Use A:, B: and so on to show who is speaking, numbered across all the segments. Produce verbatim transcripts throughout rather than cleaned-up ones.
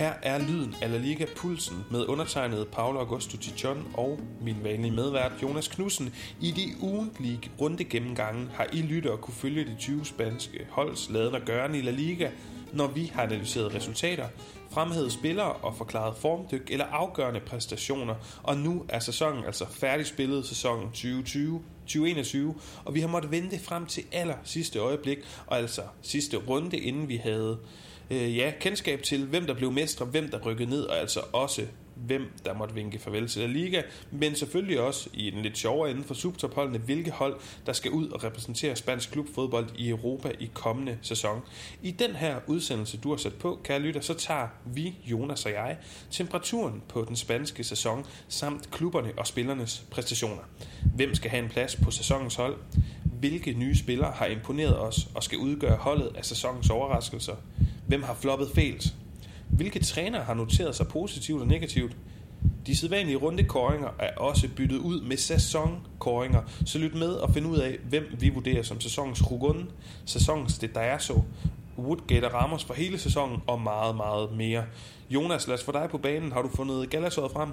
A: Her er lyden af La Liga Pulsen med undertegnet Paulo Augusto Tichon og min vanlige medvært Jonas Knudsen. I de ugentlige runde gennemgange har I lyttere kunne følge de tyve spanske holds laden og gørende i La Liga, når vi har analyseret resultater, fremhævet spillere og forklaret formdyk eller afgørende præstationer. Og nu er sæsonen altså færdigspillet, sæsonen tyve tyve tyve enogtyve, og vi har måttet vente frem til aller sidste øjeblik, og altså sidste runde, inden vi havde øh, ja, kendskab til, hvem der blev mestre, hvem der rykkede ned, og altså også hvem der måtte vinke farvel til La Liga, men selvfølgelig også i den lidt sjovere ende for subtopholdene, hvilke hold der skal ud og repræsentere spansk klubfodbold i Europa i kommende sæson. I den her udsendelse, du har sat på, kære lytter, så tager vi, Jonas og jeg, temperaturen på den spanske sæson, samt klubberne og spillernes præstationer. Hvem skal have en plads på sæsonens hold? Hvilke nye spillere har imponeret os og skal udgøre holdet af sæsonens overraskelser? Hvem har floppet fælt? Hvilke trænere har noteret sig positivt og negativt? De sædvanlige rundekåringer er også byttet ud med sæsonkåringer, så lyt med og find ud af, hvem vi vurderer som sæsonens Jugon, sæsonens Detazo, Woodgate og Ramos for hele sæsonen og meget, meget mere. Jonas, lad os få dig på banen. Har du fundet galasåret frem?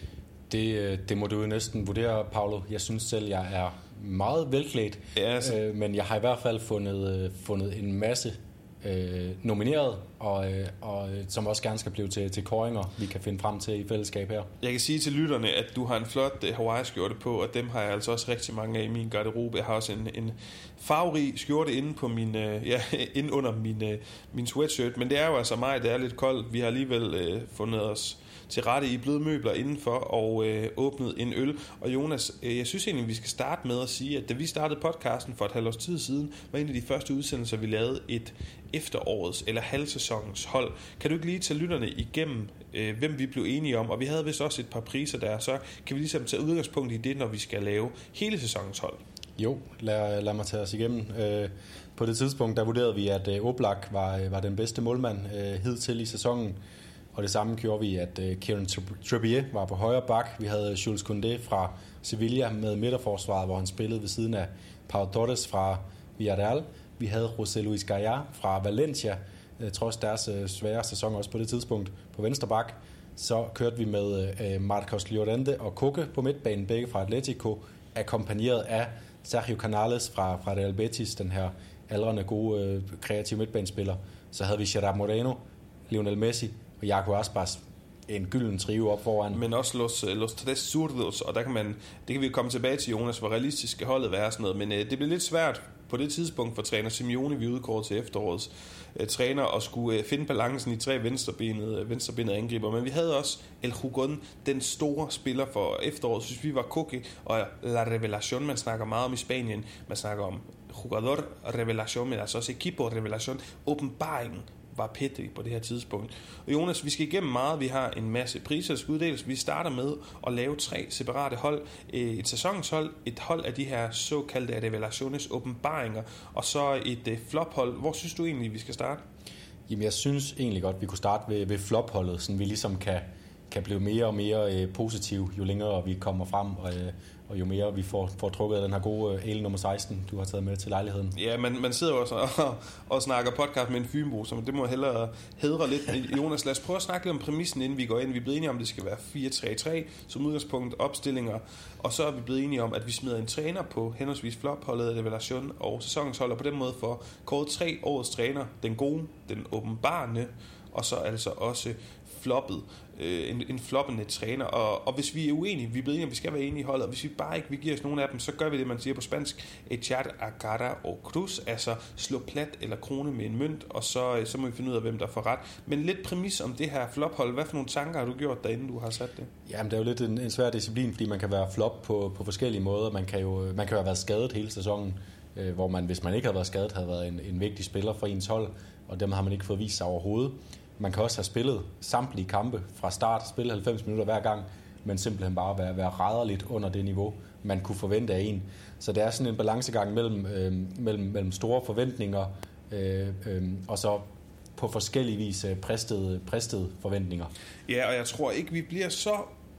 B: Det, det må du jo næsten vurdere, Paulo. Jeg synes selv, jeg er meget velklædt, ja, altså. øh, men jeg har i hvert fald fundet, fundet en masse øh, nomineret, og, øh, og som også gerne skal blive til, til kåringer, vi kan finde frem til i fællesskab her.
A: Jeg kan sige til lytterne, at du har en flot uh, Hawaii-skjorte på, og dem har jeg altså også rigtig mange af i min garderobe. Jeg har også en, en farverig skjorte inde, på min, uh, ja, inde under min, uh, min sweatshirt, men det er jo altså mig, det er lidt koldt. Vi har alligevel uh, fundet os til rette i bløde møbler indenfor og øh, åbnet en øl. Og Jonas, øh, jeg synes egentlig, vi skal starte med at sige, at da vi startede podcasten for et halvt års tid siden, var en af de første udsendelser, vi lavede et efterårets eller halvsæsonens hold. Kan du ikke lige tage lytterne igennem, øh, hvem vi blev enige om? Og vi havde vist også et par priser der, så kan vi ligesom tage udgangspunkt i det, når vi skal lave hele sæsonens hold.
B: Jo, lad, lad mig tage os igennem. Øh, på det tidspunkt, der vurderede vi, at øh, Oblak var, var den bedste målmand øh, hidtil i sæsonen. Og det samme gjorde vi, at uh, Kieran Trippier var på højre bak. Vi havde Jules Koundé fra Sevilla med midterforsvaret, hvor han spillede ved siden af Pau Torres fra Villarreal. Vi havde José Luis Gaya fra Valencia, uh, trods deres uh, svære sæson også på det tidspunkt, på venstre bak. Så kørte vi med uh, Marcos Llorente og Koke på midtbanen, begge fra Atletico, akkompagneret af Sergio Canales fra, fra Real Betis, den her aldrende gode uh, kreative midtbanespiller. Så havde vi Gerard Moreno, Lionel Messi og Jaco Aspas, en gylden trio op foran.
A: Men også Los, los Tres Zurdos, og der kan man, det kan vi komme tilbage til, Jonas, hvor realistisk skal holdet være sådan noget, men øh, det blev lidt svært på det tidspunkt for træner Simeone, vi udgår til efterårets øh, træner, og skulle øh, finde balancen i tre venstrebenede, øh, venstrebenede angriber, men vi havde også El Jugon, den store spiller for efteråret, synes vi var Koke, og La Revelación, man snakker meget om i Spanien, man snakker om Jugador Revelación, men altså også Equipo Revelación, åbenbaringen var Pedri på det her tidspunkt. Og Jonas, vi skal igennem meget. Vi har en masse priser, der skal uddeles. Vi starter med at lave tre separate hold. Et sæsonshold, et hold af de her såkaldte revelationes åbenbaringer, og så et flophold. Hvor synes du egentlig, vi skal starte?
B: Jamen, jeg synes egentlig godt, vi kunne starte ved, ved flopholdet, så vi ligesom kan, kan blive mere og mere øh, positive, jo længere vi kommer frem, og, øh, og jo mere vi får, får trukket af den her gode øh, ale nummer seksten, du har taget med til lejligheden.
A: Ja, man, man sidder jo også og, og snakker podcast med en fynbo, så det må hellere hedre lidt. Jonas, lad os prøve at snakke lidt om præmissen, inden vi går ind. Vi er blevet enige om, at det skal være fire tre tre som udgangspunkt opstillinger, og så er vi blevet enige om, at vi smider en træner på henholdsvis flopholdet, Revelation og sæsonens hold, og på den måde får kåret tre årets træner, den gode, den åbenbarende, og så altså også floppet, øh, en, en floppende træner, og, og hvis vi er uenige, vi er blevet enige, vi skal være enige i holdet, og hvis vi bare ikke vil give os nogen af dem, så gør vi det, man siger på spansk, echar a cara o cruz, altså slå plat eller krone med en mønt, og så, så må vi finde ud af, hvem der får ret. Men lidt præmis om det her flophold, hvad for nogle tanker har du gjort derinde, du har sat det?
B: Jamen, det er jo lidt en, en svær disciplin, fordi man kan være flop på, på forskellige måder. Man kan jo man kan jo have været skadet hele sæsonen, øh, hvor man, hvis man ikke havde været skadet, havde været en, en vigtig spiller for ens hold, og dem har man ikke fået vist sig overhovedet. Man kan også have spillet samtlige kampe fra start, spille halvfems minutter hver gang, men simpelthen bare være, være rædderligt under det niveau, man kunne forvente af en. Så det er sådan en balancegang mellem, øh, mellem, mellem store forventninger øh, øh, og så på forskellige vis præstede, præstede forventninger.
A: Ja, og jeg tror ikke, vi bliver så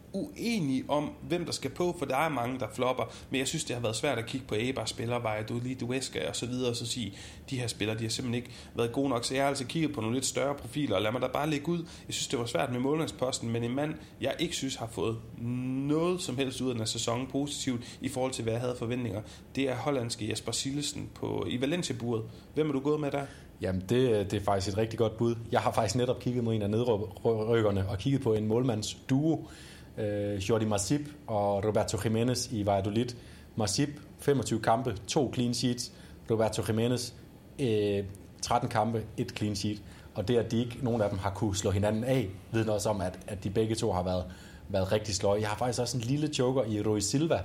A: uenig om, hvem der skal på, for der er mange, der flopper, men jeg synes, det har været svært at kigge på Eibar-spillere, Valladolid, Huesca og så videre, og så sige, de her spillere, de har simpelthen ikke været gode nok, så jeg har altså kigget på nogle lidt større profiler, og lad mig da bare lægge ud. Jeg synes, det var svært med målmandsposten, men en mand, jeg ikke synes har fået noget som helst ud af den sæson positivt, i forhold til, hvad jeg havde forventninger, det er hollandske Jesper Cillessen på, i Valencia-buret. Hvem er du gået med der?
B: Jamen, det, det er faktisk et rigtig godt bud. Jeg har faktisk netop kigget mod en af nedrykkerne, og kigget på en målmandsduo, Jordi Masip og Roberto Jimenez i Valladolid. Masip, femogtyve kampe, to clean sheets. Roberto Jimenez, eh, tretten kampe, et clean sheet. Og det, at de ikke, nogen af dem har kunne slå hinanden af, vidner også om, at, at de begge to har været, været rigtig sløje. Jeg har faktisk også en lille joker i Rui Silva,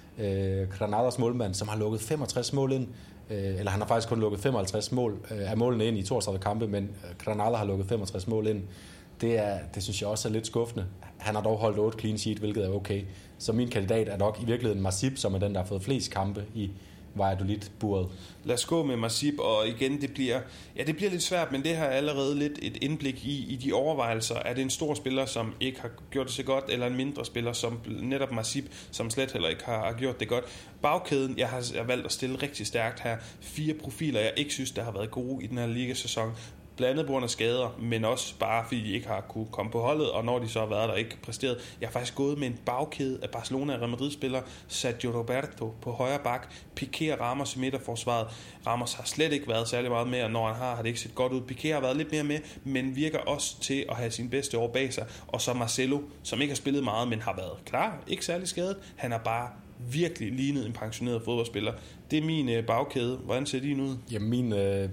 B: eh, Granadas målmand, som har lukket femogtres mål ind. Eh, eller han har faktisk kun lukket femoghalvtreds mål eh, af målene ind i toogtredive kampe, men Granada har lukket femogtres mål ind. Det, er, det synes jeg også er lidt skuffende. Han har dog holdt otte clean sheet, hvilket er okay. Så min kandidat er nok i virkeligheden Masip, som er den, der har fået flest kampe i Valladolid-buret.
A: Lad os gå med Masip, og igen, det bliver, ja, det bliver lidt svært, men det har allerede lidt et indblik i, i de overvejelser. Er det en stor spiller, som ikke har gjort det så godt, eller en mindre spiller, som netop Masip, som slet heller ikke har, har gjort det godt? Bagkæden, jeg har, jeg har valgt at stille rigtig stærkt her. Fire profiler, jeg ikke synes, der har været gode i den her ligasæson. Blandet på grund af skader, men også bare fordi de ikke har kunne komme på holdet, og når de så har været der ikke præsteret. Jeg har faktisk gået med en bagkæde af Barcelona og Real Madrid-spillere, Sergio Roberto på højre bak, Piqué og Ramos i midterforsvaret. Ramos har slet ikke været særlig meget med, og når han har, har det ikke set godt ud. Piqué har været lidt mere med, men virker også til at have sin bedste år bag sig. Og så Marcelo, som ikke har spillet meget, men har været klar, ikke særlig skadet. Han har bare virkelig lignet en pensioneret fodboldspiller. Det er min øh, bagkæde. Hvordan ser din ud?
B: Jamen min... Øh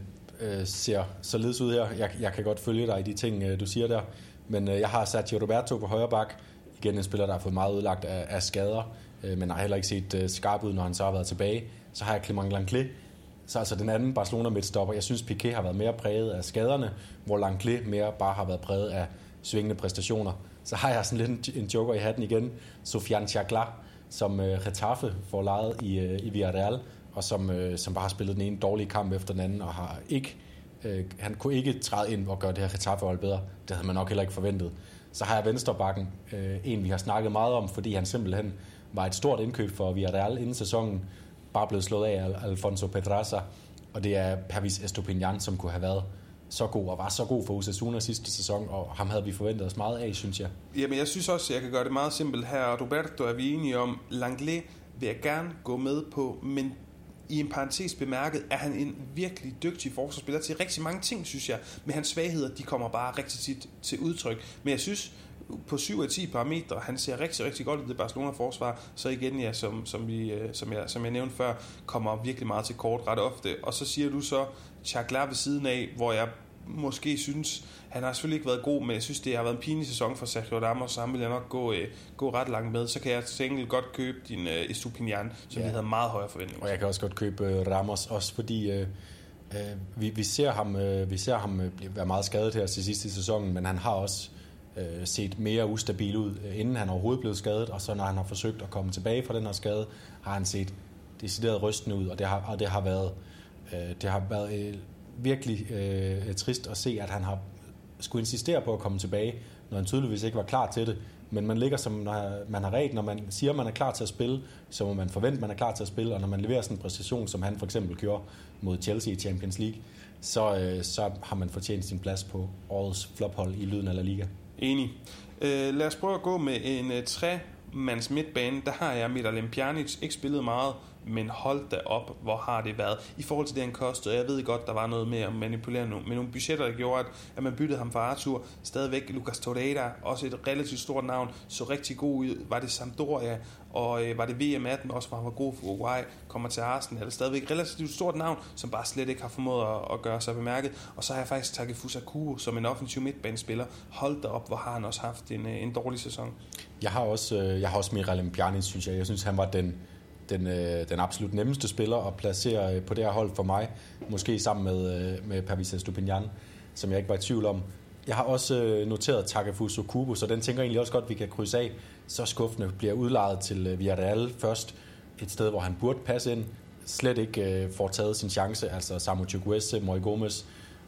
B: ser således ud her. Jeg, jeg kan godt følge dig i de ting, du siger der. Men jeg har Sergio Roberto på højre bak. Igen en spiller, der har fået meget udlagt af, af skader, men har heller ikke set skarp ud, når han så har været tilbage. Så har jeg Clement Langlais. Så altså den anden Barcelona midtstopper. Jeg synes, Piqué har været mere præget af skaderne, hvor Langlais mere bare har været præget af svingende præstationer. Så har jeg sådan lidt en joker i hatten igen. Sofiane Chagla, som Getafe får lejet i, i Villarreal, og som, øh, som bare har spillet den ene dårlige kamp efter den anden, og har ikke, øh, han kunne ikke træde ind og gøre det her Getafe-hold bedre. Det havde man nok heller ikke forventet. Så har jeg venstrebakken, øh, en vi har snakket meget om, fordi han simpelthen var et stort indkøb for Villarreal inden sæsonen, bare blevet slået af Al- Alfonso Pedraza, og det er Pervis Estupiñán, som kunne have været så god, og var så god for Osasuna sidste sæson, og ham havde vi forventet os meget af, synes jeg.
A: Jamen, jeg synes også, at jeg kan gøre det meget simpelt her. Roberto er vi enige om. Langlais vil jeg gerne gå med på, men i en parentes bemærket, er han en virkelig dygtig forsvarsspiller til rigtig mange ting, synes jeg. Men hans svagheder, de kommer bare rigtig tit til udtryk. Men jeg synes, på syv af ti parametre, han ser rigtig, rigtig godt ud i det Barcelona-forsvar. Så igen, ja, som, som, vi, som, jeg, som jeg nævnte før, kommer virkelig meget til kort ret ofte. Og så siger du så Chagla ved siden af, hvor jeg måske synes, han har selvfølgelig ikke været god, men jeg synes, det har været en pinlig sæson for Sergio Ramos, så han vil jeg nok gå, øh, gå ret langt med. Så kan jeg til enkelt godt købe din øh, Estupiñán, som ja. vi havde meget højere forventninger.
B: Og jeg kan også godt købe øh, Ramos, også fordi øh, øh, vi, vi ser ham, øh, vi ser ham øh, være meget skadet her til sidste sæsonen, men han har også øh, set mere ustabil ud, øh, inden han overhovedet blev skadet, og så når han har forsøgt at komme tilbage fra den her skade, har han set decideret rystende ud, og det har, og det har været, øh, det har været øh, virkelig øh, trist at se, at han har skulle insistere på at komme tilbage, når han tydeligvis ikke var klar til det. Men man ligger som når man har ret, når man siger, at man er klar til at spille, så må man forvente, at man er klar til at spille, og når man leverer sådan en præstation, som han for eksempel gjorde mod Chelsea i Champions League, så, øh, så har man fortjent sin plads på årets flophold i Lyden af La Liga.
A: Enig. Øh, lad os prøve at gå med en uh, tre-mands midtbane. Der har jeg Miralem Pjanic ikke spillet meget, men hold da op, hvor har det været i forhold til det, han kostede. Jeg ved godt, der var noget med at manipulere med nogle budgetter, der gjorde, at man byttede ham fra Arthur. Stadigvæk Lucas Torreira, også et relativt stort navn, så rigtig god ud. Var det Sampdoria, og øh, var det V M atten, også hvor han var god for Uruguay, kommer til Arsenal. Er det stadigvæk et relativt stort navn, som bare slet ikke har formået at, at gøre sig bemærket. Og så har jeg faktisk Takefusa Kubo som en offensiv midtbanespiller. Hold da op, hvor har han også haft en, en dårlig sæson.
B: Jeg har også, jeg har også Miralem Pjanic, synes jeg. Jeg synes, han var den Den, den absolut nemmeste spiller at placere på det her hold for mig, måske sammen med, med Pervis Estupiñán, som jeg ikke var i tvivl om. Jeg har også noteret Takefusa Kubo, så den tænker jeg egentlig også godt, vi kan krydse af. Så skuffende bliver udlejet til Villarreal først, et sted, hvor han burde passe ind, slet ikke får taget sin chance, altså Samu Chukwueze, Moi Gomez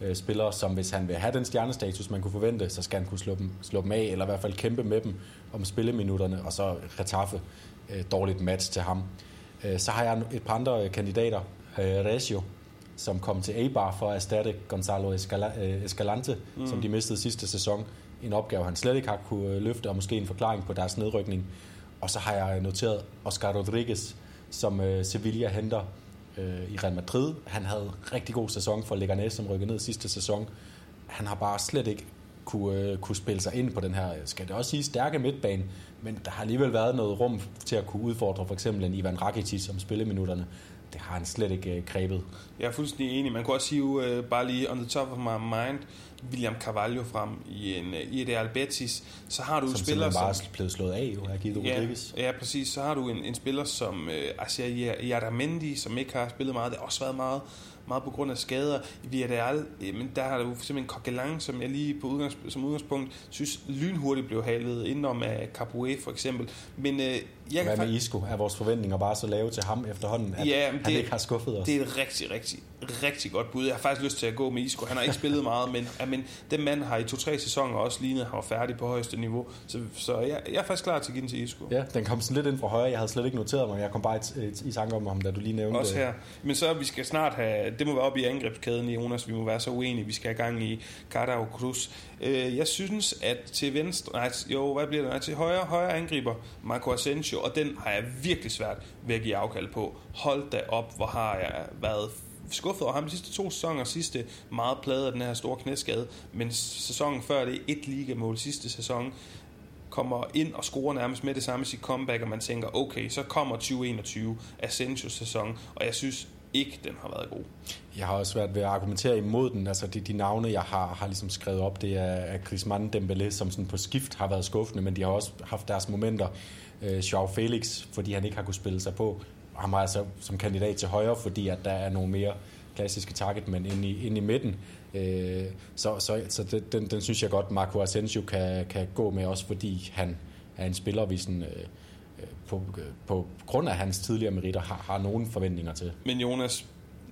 B: øh, spiller, som hvis han vil have den stjernestatus, man kunne forvente, så skal han kunne slå dem, slå dem af, eller i hvert fald kæmpe med dem om spilleminutterne, og så Getafe, øh, dårligt match til ham. Øh, så har jeg et par andre kandidater, øh, Reggio, som kom til Eibar for at erstatte Gonzalo Escalante, mm. som de mistede sidste sæson. En opgave, han slet ikke har kunne løfte, og måske en forklaring på deres nedrykning. Og så har jeg noteret Oscar Rodriguez, som øh, Sevilla henter øh, i Real Madrid. Han havde rigtig god sæson for Leganés, som rykkede ned sidste sæson. Han har bare slet ikke kunne, øh, kunne spille sig ind på den her, skal det også sige, stærke midtbane, men der har alligevel været noget rum til at kunne udfordre for eksempel en Ivan Rakitic om spilleminutterne. Det har han slet ikke øh, grebet.
A: Jeg er fuldstændig enig. Man kunne også sige, uh, bare lige on the top of my mind, William Carvalho frem i, en, i et Real Betis, så har du
B: som
A: spiller
B: som... Som blevet slået af, jo, af Guido
A: ja,
B: Rodriguez.
A: Ja, præcis. Så har du en, en spiller som uh, Asier Yaramendi, som ikke har spillet meget. Det har også været meget, meget på grund af skader. I Villarreal, men der har du simpelthen Coquelin, som jeg lige på udgangs, som udgangspunkt synes lynhurtigt blev halet indenom af Capoue for eksempel. Men uh, jeg
B: Hvad
A: kan
B: med Isco? Er vores forventninger bare så lave til ham efterhånden, at
A: ja,
B: han
A: det,
B: ikke har skuffet os?
A: Det er et rigtig, rigtig, rigtig godt bud. Jeg har faktisk lyst til at gå med Isco. Han har ikke spillet meget, men, ja, men den mand har i to-tre sæsoner også lignet, at han var færdig på højeste niveau. Så, så jeg, jeg er faktisk klar til at give den til Isco.
B: Ja, den kom sådan lidt ind fra højre. Jeg havde slet ikke noteret mig. Jeg kom bare i, i, i tanke om ham, da du lige nævnte.
A: Også her. Men så vi skal snart have, det må være oppe i angrebskæden, Jonas. Vi må være så uenige. Vi skal have gang i Carda Cruz. Jeg synes, at til venstre, nej, jo, hvad bliver det? Nej, til højre, højre angriber Marco Asensio, og den har jeg virkelig svært ved at give afkald på. Hold da op, hvor har jeg været skuffet over ham de sidste to sæsoner, sidste meget plaget af den her store knæskade, men sæsonen før det et ligamål sidste sæson, kommer ind og scorer nærmest med det samme i sit comeback, og man tænker, okay, så kommer tyve enogtyve Asensios sæson, og jeg synes ikke, den har været god.
B: Jeg har også været ved at argumentere imod den. Altså de, de navne, jeg har, har ligesom skrevet op, det er Griezmann, Dembélé, som sådan på skift har været skuffende, men de har også haft deres momenter. Øh, João Felix, fordi han ikke har kunne spille sig på. Han er altså som kandidat til højre, fordi at der er nogle mere klassiske targetmænd inde i, inde i midten. Øh, så så, så det, den, den synes jeg godt, Marco Asensio kan, kan gå med, også fordi han er en spiller, vi sådan... Øh, På, på grund af hans tidligere meritter har, har nogen forventninger til.
A: Men Jonas,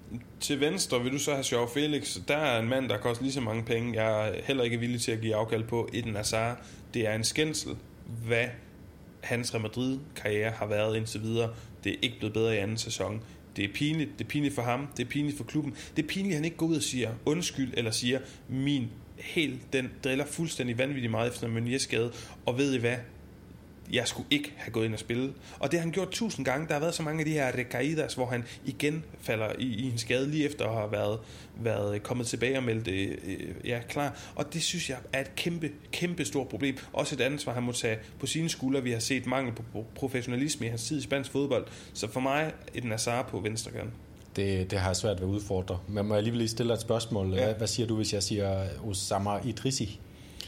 A: til venstre vil du så have João Felix. Der er en mand, der koster lige så mange penge. Jeg er heller ikke villig til at give afkald på Eden Hazard. Det er en skændsel, hvad hans Real Madrid-karriere har været indtil videre. Det er ikke blevet bedre i anden sæson. Det er pinligt. Det er pinligt for ham. Det er pinligt for klubben. Det er pinligt, at han ikke går ud og siger undskyld, eller siger, min helt, den driller fuldstændig vanvittigt meget efter en Meunier-skade. Og ved I hvad? Jeg skulle ikke have gået ind og spille. Og det har han gjort tusind gange. Der har været så mange af de her recaídas, hvor han igen falder i, i en skade, lige efter at have været, været kommet tilbage og meldt øh, ja, klar. Og det synes jeg er et kæmpe, kæmpe stort problem. Også et ansvar, han må tage på sine skuldre. Vi har set mangel på professionalisme i hans tid i spansk fodbold. Så for mig er den Hazard på venstrekanten.
B: Det, det har jeg svært ved at udfordre. Men må jeg alligevel lige stille dig et spørgsmål. Ja. Hvad, hvad siger du, hvis jeg siger Osama Idrissi?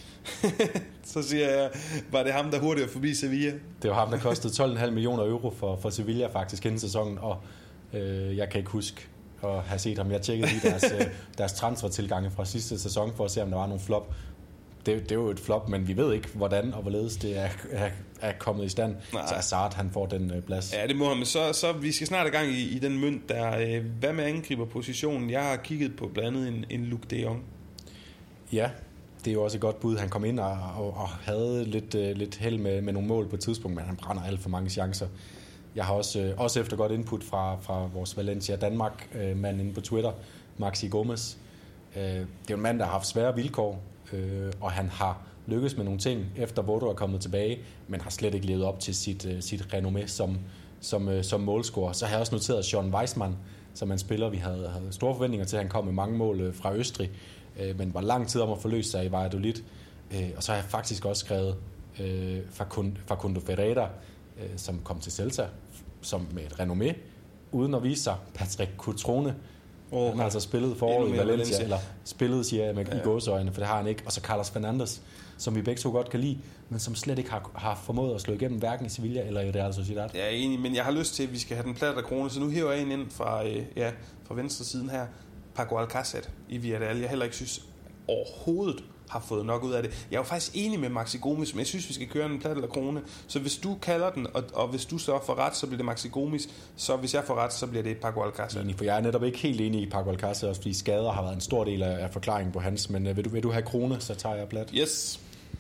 A: Så siger jeg, var det ham, der hurtigt var forbi Sevilla?
B: Det var ham, der kostede tolv komma fem millioner euro for, for Sevilla faktisk inden sæsonen, og øh, jeg kan ikke huske at have set ham. Jeg tjekkede lige deres, øh, deres transfertilgange fra sidste sæson for at se, om der var nogle flop. Det, det er jo et flop, men vi ved ikke, hvordan og hvorledes det er, er, er kommet i stand. Nej. Så Hazard, han får den øh, plads.
A: Ja, det må han. Men så, så vi skal snart i gang i, i den mønt der. Øh, hvad med angriberpositionen? Jeg har kigget på blandt andet en, en Luc de Jong.
B: Ja, det er jo også et godt bud. Han kom ind og, og, og havde lidt, øh, lidt held med, med nogle mål på et tidspunkt, men han brænder alt for mange chancer. Jeg har også, øh, også efter godt input fra, fra vores Valencia Danmark-mand øh, inde på Twitter, Maxi Gomez. Øh, det er jo en mand, der har haft svære vilkår, øh, og han har lykkes med nogle ting, efter Vodo er kommet tilbage, men har slet ikke levet op til sit, øh, sit renommé som, som, øh, som målscorer. Så har jeg også noteret Sean Weissmann, som en spiller, vi havde, havde store forventninger til. Han kom med mange mål øh, fra Østrig, men var lang tid om at forløse sig i Valladolid. Og så har jeg faktisk også skrevet øh, Facundo Ferreira, øh, som kom til Celta, som med et renommé, uden at vise sig. Patrick Cutrone, oh, han har altså spillet foråret i Valencia, Valencia, eller spillet, siger jeg, med ja. i gåseøjne, for det har han ikke. Og så Carlos Fernandes, som vi begge så godt kan lide, men som slet ikke har, har formået at slå igennem, hverken i Sevilla eller i Real Sociedad.
A: Jeg er enig, men jeg har lyst til, at vi skal have den platte krone, så nu hæver jeg en ind fra, øh, ja, fra venstre siden her. Paco Alcácer i Villarreal. Jeg heller ikke synes overhovedet har fået nok ud af det. Jeg er jo faktisk enig med Maxi Gomis, men jeg synes, vi skal køre en Plata eller Krone. Så hvis du kalder den, og, og hvis du så får ret, så bliver det Maxi Gomis. Så hvis jeg får ret, så bliver det Paco Alcácer.
B: For jeg er netop ikke helt enig i Paco Alcácer, også fordi skader har været en stor del af, af forklaringen på hans. Men uh, vil, du, vil du have Krone, så tager jeg Plat.
A: Yes.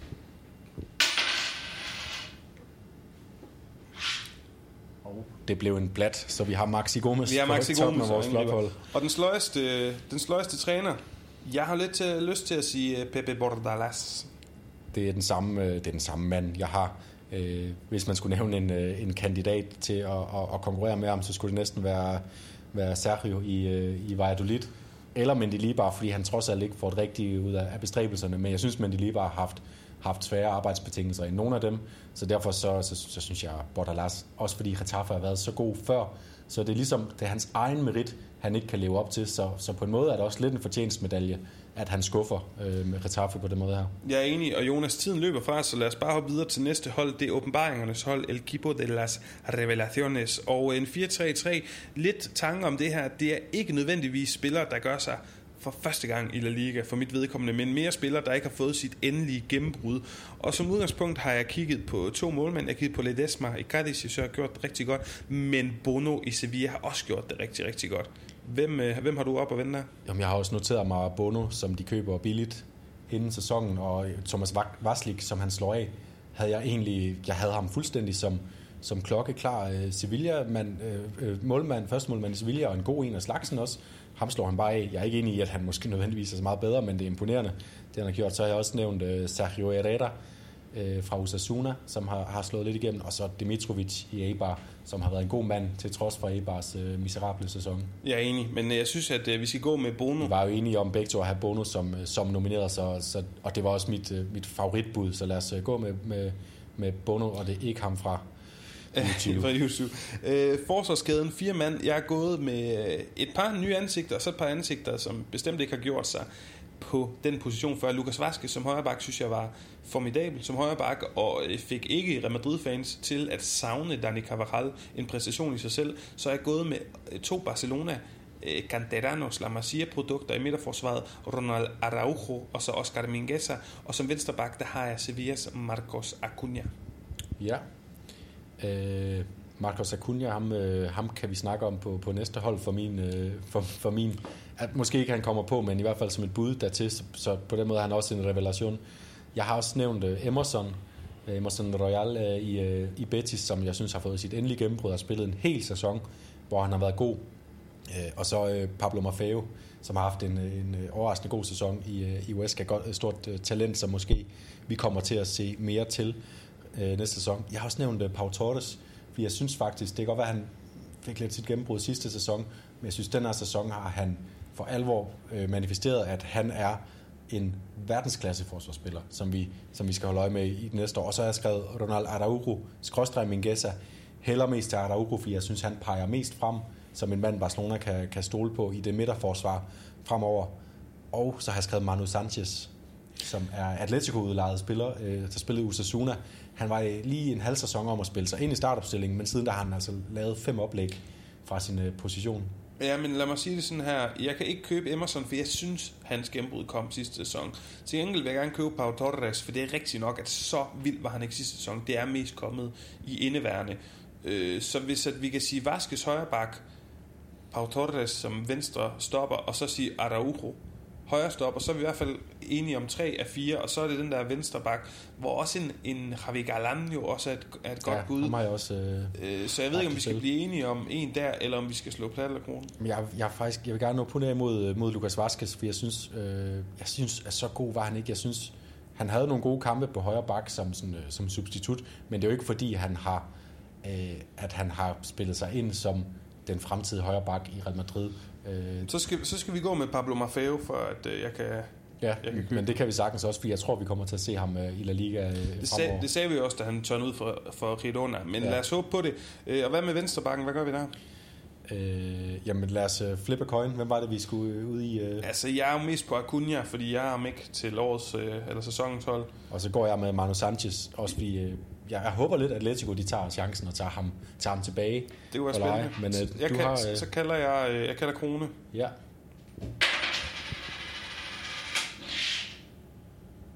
B: Det blev en Plat, så vi har Maxi Gomis.
A: Vi har Maxi Gomis
B: vores flophold.
A: Og den sløjeste, den sløjeste træner, jeg har lidt til, lyst til at sige Pepe Bordalas.
B: Det er den samme, det er den samme mand, jeg har. Øh, hvis man skulle nævne en, en kandidat til at, at, at konkurrere med ham, så skulle det næsten være, være Sergio i, i Valladolid. Eller Mendilibar, fordi han trods alt ikke får det rigtige ud af bestræbelserne. Men jeg synes, Mendilibar har haft, haft svære arbejdsbetingelser i nogle af dem. Så derfor så, så, så synes jeg, Bordalas, også fordi Getafe har været så god før, så det er ligesom, det er hans egen merit, han ikke kan leve op til. Så, så på en måde er det også lidt en fortjenstmedalje, at han skuffer øh, med Getafe på den måde her.
A: Jeg er enig, og Jonas, tiden løber fra, så lad os bare hoppe videre til næste hold. Det er åbenbaringernes hold, El Equipo de las Revelaciones. Og en fire tre tre, lidt tanke om det her, det er ikke nødvendigvis spillere, der gør sig for første gang i La Liga, for mit vedkommende, men mere spillere, der ikke har fået sit endelige gennembrud. Og som udgangspunkt har jeg kigget på to målmænd. Jeg har kigget på Ledesma i Cádiz, så har gjort det rigtig godt, men Bono i Sevilla har også gjort det rigtig, rigtig godt. Hvem, øh, hvem har du op at vende der?
B: Jamen, jeg har også noteret mig Bono, som de køber billigt inden sæsonen, og Thomas Vaslik, som han slår af, havde jeg egentlig, jeg havde ham fuldstændig som, som klokkeklar øh, Sevilla-mand, øh, målmand, første målmand i Sevilla, og en god en af slagsen også. Ham slår han bare af. Jeg er ikke enig i, at han måske nødvendigvis er så meget bedre, men det er imponerende, det han har gjort. Så har jeg også nævnt øh, Sergio Herrera øh, fra Osasuna, som har, har slået lidt igennem, og så Dimitrovic i Eibar, som har været en god mand til trods for Eibars øh, miserable sæson.
A: Jeg er enig, men jeg synes, at øh, vi skal gå med Bono.
B: Vi var jo enige om begge to at have Bono som, som nomineret, så, så, og det var også mit, øh, mit favoritbud, så lad os øh, gå med, med, med Bono, og det er ikke ham fra YouTube.
A: fra YouTube. Øh, forsvarskæden, fire mand. Jeg er gået med et par nye ansigter, og så et par ansigter, som bestemt ikke har gjort sig på den position før. Lucas Vázquez som højreback, synes jeg var formidabel som højreback, og fik ikke Real Madrid-fans til at savne Dani Carvajal, en præstation i sig selv. Så er jeg gået med to Barcelona Canteranos, La Masia-produkter i midterforsvaret, Ronald Araujo og så Oscar Mingueza, og som venstreback, der har jeg Sevillas Marcos Acuna.
B: Ja. Øh, Marcos Acuna, ham, øh, ham kan vi snakke om på, på næste hold for min, øh, for, for min at måske ikke han kommer på, men i hvert fald som et bud dertil, så, så på den måde er han også en revelation. Jeg har også nævnt øh, Emerson, øh, Emerson Royal øh, i, øh, i Betis, som jeg synes har fået sit endelige gennembrud og spillet en hel sæson, hvor han har været god. Øh, og så øh, Pablo Maffeo, som har haft en, en overraskende god sæson i, øh, i Huesca, godt, et stort øh, talent, som måske vi kommer til at se mere til øh, næste sæson. Jeg har også nævnt øh, Pau Torres, fordi jeg synes faktisk, det kan godt være, at han fik lidt sit gennembrud sidste sæson, men jeg synes, at den her sæson har han for alvor øh, manifesteret, at han er en verdensklasse forsvarsspiller, som vi, som vi skal holde øje med i det næste år. Og så har jeg skrevet Ronald Araujo, skråstreg Mingueza, hælder mest til Araujo, fordi jeg synes, han peger mest frem, som en mand Barcelona kan, kan stole på i det midterforsvar fremover. Og så har jeg skrevet Manu Sanchez, som er Atletico-udlejet spiller, øh, der spillede i Osasuna. Han var lige en halv sæson om at spille sig ind i startopstillingen, men siden der har han altså lavet fem oplæg fra sin øh, position.
A: Ja, men lad mig sige det sådan her. Jeg kan ikke købe Emerson, for jeg synes, hans gennembrud kom sidste sæson. Til gengæld vil jeg gerne købe Pau Torres, for det er rigtigt nok, at så vild var han ikke sidste sæson. Det er mest kommet i indeværende. Øh, så hvis at vi kan sige Vázquez højreback, Pau Torres som venstre stopper, og så sige Araujo højre stopper, så er vi i hvert fald enige om tre af fire, og så er det den der venstre bak, hvor også en, en Javi Galán jo også er et, er et godt
B: ja,
A: bud.
B: Jeg også, øh,
A: øh, så jeg ved ikke, om vi skal blive enige om en der, eller om vi skal slå Plat eller Krone.
B: Jeg, jeg, faktisk, jeg vil gerne nå på ned mod, mod Lucas Vázquez, for jeg synes, øh, jeg synes, at så god var han ikke. Jeg synes, han havde nogle gode kampe på højre bak som, sådan, øh, som substitut, men det er jo ikke fordi, han har, øh, at han har spillet sig ind som den fremtidige højre bak i Real Madrid.
A: Så skal, så skal vi gå med Pablo Maffeo, for at øh, jeg kan...
B: Ja,
A: jeg kan
B: men det kan vi sagtens også, fordi jeg tror, vi kommer til at se ham øh, i La Liga øh,
A: det, sag, det sagde vi også, da han tørnede ud for, for Girona, men ja. Lad os håbe på det. Øh, og hvad med venstrebakken? Hvad gør vi der?
B: Øh, jamen lad os øh, flippe coin. Hvem var det, vi skulle øh, ud i? Øh?
A: Altså, jeg er jo mest på Acuna, fordi jeg er ham ikke til årets øh, eller sæsonens hold.
B: Og så går jeg med Manu Sanchez, også fordi øh, jeg, jeg håber lidt, at Atletico de tager chancen og tager ham, tager ham tilbage.
A: Det kunne være spændende.
B: Men, øh,
A: jeg
B: du
A: kan,
B: har, øh...
A: så kalder jeg, øh, jeg kalder Krone.
B: Ja.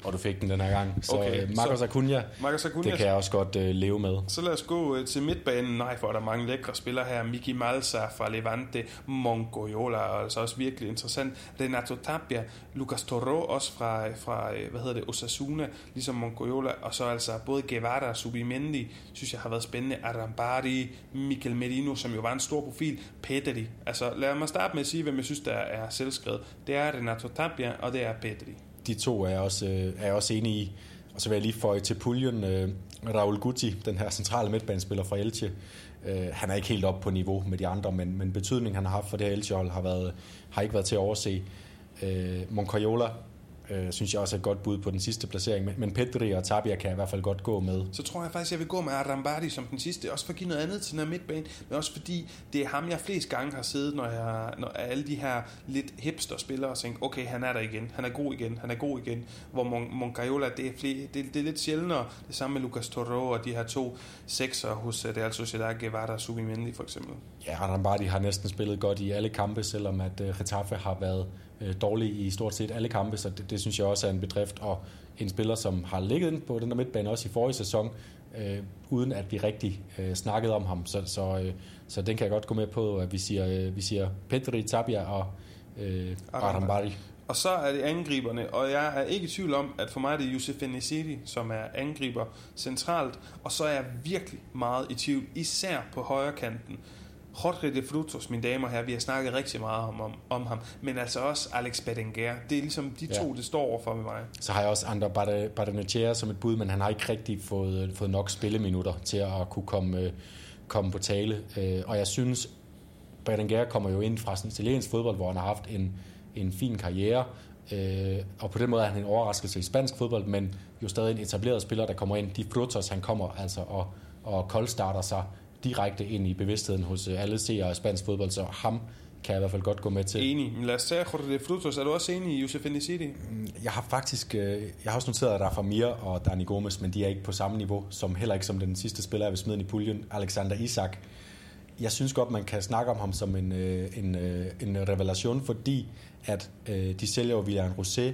B: og du fik den den her gang. Så
A: okay,
B: Marcos Acuna,
A: Marcos Acuna,
B: det kan jeg også godt uh, leve med.
A: Så lad os gå uh, til midtbanen. Nej, for der er mange lækre spillere her. Miki Malsa fra Levante, Mongoyola, og altså også virkelig interessant. Renato Tapia, Lucas Toro, også fra, fra hvad hedder det, Osasuna, ligesom Mongoyola, og så altså både Guevara og Subimendi, synes jeg har været spændende. Arambari, Mikel Merino, som jo var en stor profil, Pedri. Altså lad mig starte med at sige, hvem jeg synes, der er selvskrevet. Det er Renato Tapia, og det er Pedri.
B: De to er jeg også, er jeg også enig i. Og så vil jeg lige føje til puljen uh, Raul Guti, den her centrale midtbanespiller fra Elche. Uh, han er ikke helt op på niveau med de andre, men, men betydningen han har haft for det her Elche-hold har, været, har ikke været til at overse. Uh, Moncayola uh, synes jeg også er et godt bud på den sidste placering, men, men Pedri og Tapia kan jeg i hvert fald godt gå med.
A: Så tror jeg faktisk, jeg vil gå med Arambari som den sidste, også for at give noget andet til den her midtbane, men også fordi det er ham, jeg flest gange har siddet, når jeg når alle de her lidt hipster-spillere og tænkt, okay, han er der igen, han er god igen, han er god igen, hvor Mon- Moncayola, det er, flere, det, det er lidt sjældnere, det samme med Lucas Toro og de her to sekser hos Real Sociedad, Guevara og Subimendi for eksempel.
B: Ja, Arambari har næsten spillet godt i alle kampe, selvom at uh, Getafe har været uh, dårlig i stort set alle kampe, så det, det synes jeg også er en bedrift, og en spiller, som har ligget inde på den der midtbane også i forrige sæson, øh, uden at vi rigtig øh, snakkede om ham. Så, så, øh, så den kan jeg godt gå med på, at vi siger, øh, vi siger Pedri, Tapia og øh, Arambari.
A: Og så er det angriberne, og jeg er ikke i tvivl om, at for mig er det Youssef En-Nesyri, som er angriber centralt, og så er jeg virkelig meget i tvivl, især på højre kanten. Jorge de Frutos, mine damer her, vi har snakket rigtig meget om, om, om ham, men altså også Alex Berenguer. Det er ligesom de to, ja. Det står overfor med mig.
B: Så har jeg også Ander Barrenechea som et bud, men han har ikke rigtig fået, fået nok spilleminutter til at kunne komme, komme på tale. Og jeg synes, Berenguer kommer jo ind fra sådan italiensk fodbold, hvor han har haft en, en fin karriere, og på den måde er han en overraskelse i spansk fodbold, men jo stadig en etableret spiller, der kommer ind. De Frutos, han kommer altså og, og koldstarter sig direkte ind i bevidstheden hos alle seere af spansk fodbold, så ham kan jeg i hvert fald godt gå med til.
A: Enig. Men lad os tage Jorge de Frutos. Er du også enig i Youssef En-Nesyri?
B: Jeg har faktisk, jeg har også noteret Rafa Mir og Dani Gomes, men de er ikke på samme niveau, som heller ikke som den sidste spiller, jeg vil smide i puljen, Alexander Isak. Jeg synes godt, man kan snakke om ham som en, en, en revelation, fordi at de sælger jo Willian Rosé,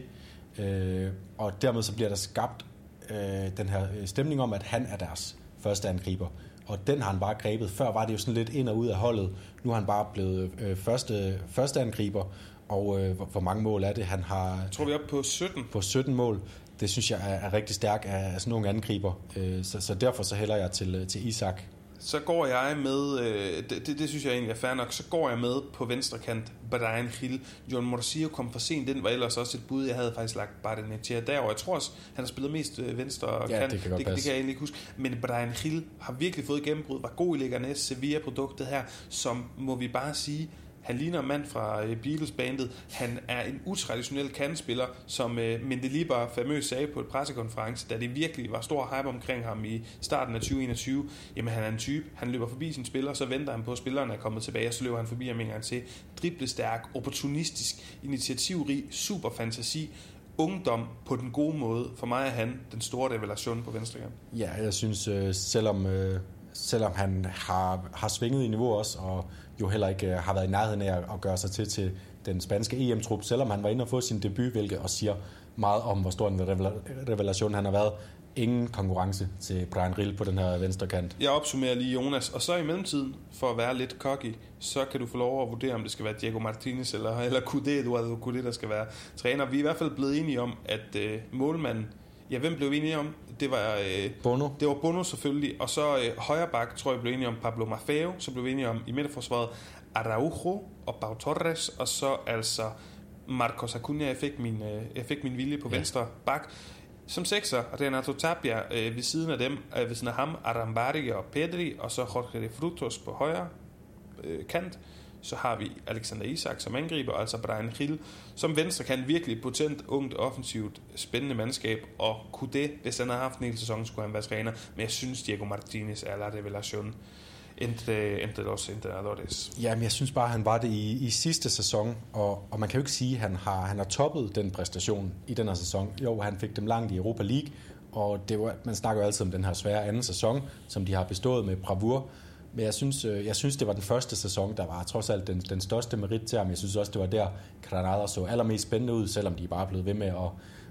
B: og dermed så bliver der skabt den her stemning om, at han er deres første angriber. Og den har han bare grebet. Før var det jo sådan lidt ind og ud af holdet. Nu har han bare blevet øh, første, første angriber. Og øh, hvor, hvor mange mål er det? Han har...
A: Jeg tror, vi er på sytten.
B: På sytten mål. Det synes jeg er, er rigtig stærk af sådan nogle angriber. Øh, så, så derfor så hælder jeg til, til Isak.
A: Så går jeg med, øh, det, det, det synes jeg egentlig er fair nok, så går jeg med på venstre kant, Brahim Gil. John Morcillo kom for sent, den var ellers også et bud, jeg havde faktisk lagt Barrenechea derover. Jeg tror også, han har spillet mest venstre
B: ja,
A: kant,
B: det kan,
A: det, det kan jeg egentlig ikke huske. Men Brahim Gil har virkelig fået gennembrud, var god i Leganes, Sevilla-produktet her, som må vi bare sige, han ligner en mand fra Beatles-bandet. Han er en utraditionel kantspiller, som Mendilibar famøst sagde på et pressekonference, da det virkelig var stor hype omkring ham i starten af tyve enogtyve. Jamen han er en type. Han løber forbi sin spiller, så venter han på, at spilleren er kommet tilbage, og så løber han forbi ham en gang til. Driblestærk, opportunistisk, initiativrig, super fantasi. Ungdom på den gode måde. For mig er han den store revelation på venstrekant.
B: Ja, jeg synes, selvom, selvom han har, har svinget i niveau også, og jo heller ikke har været i nærheden af at gøre sig til til den spanske E M-trup, selvom han var inde og få sin debut, hvilket også siger meget om, hvor stor en revelation han har været. Ingen konkurrence til Brahim Gil på den her venstre kant.
A: Jeg opsummerer lige Jonas, og så i mellemtiden, for at være lidt cocky, så kan du få lov at vurdere, om det skal være Diego Martinez eller, eller Koudé, Eduardo Koudé, der skal være træner. Vi er i hvert fald blevet enige om, at øh, målmanden, ja, hvem blev vi enige om? Det var øh,
B: Bono.
A: Det var Bono selvfølgelig, og så øh, højre bak, tror jeg, blev enige om Pablo Maffeo, så blev vi enige om i midterforsvaret Araujo og Pau Torres, og så altså Marcos Acuna. Jeg fik min, øh, jeg fik min vilje på ja. Venstre bak. Som sekser, Renato Tapia øh, ved siden af dem, øh, ved siden af ham, Arambari og Pedri, og så Jorge de Frutos på højre øh, kant. Så har vi Alexander Isak som angriber, altså Brahim Gil som venstre kant, virkelig potent, ungt, offensivt, spændende mandskab, og Koudé, hvis han har haft en hel sæson, skulle han være træner, men jeg synes Diego Martinez er la revelation entre, entre los entrenadores.
B: Ja, men jeg synes bare, han var det i, i sidste sæson, og, og man kan jo ikke sige, at han har, han har toppet den præstation i den her sæson. Jo, han fik dem langt i Europa League, og det var, man snakker jo altid om den her svære anden sæson, som de har bestået med bravur. Men jeg synes, jeg synes, det var den første sæson, der var trods alt den, den største merit til ham. Jeg synes også, det var der, Granada så allermest spændende ud, selvom de bare er blevet ved med at,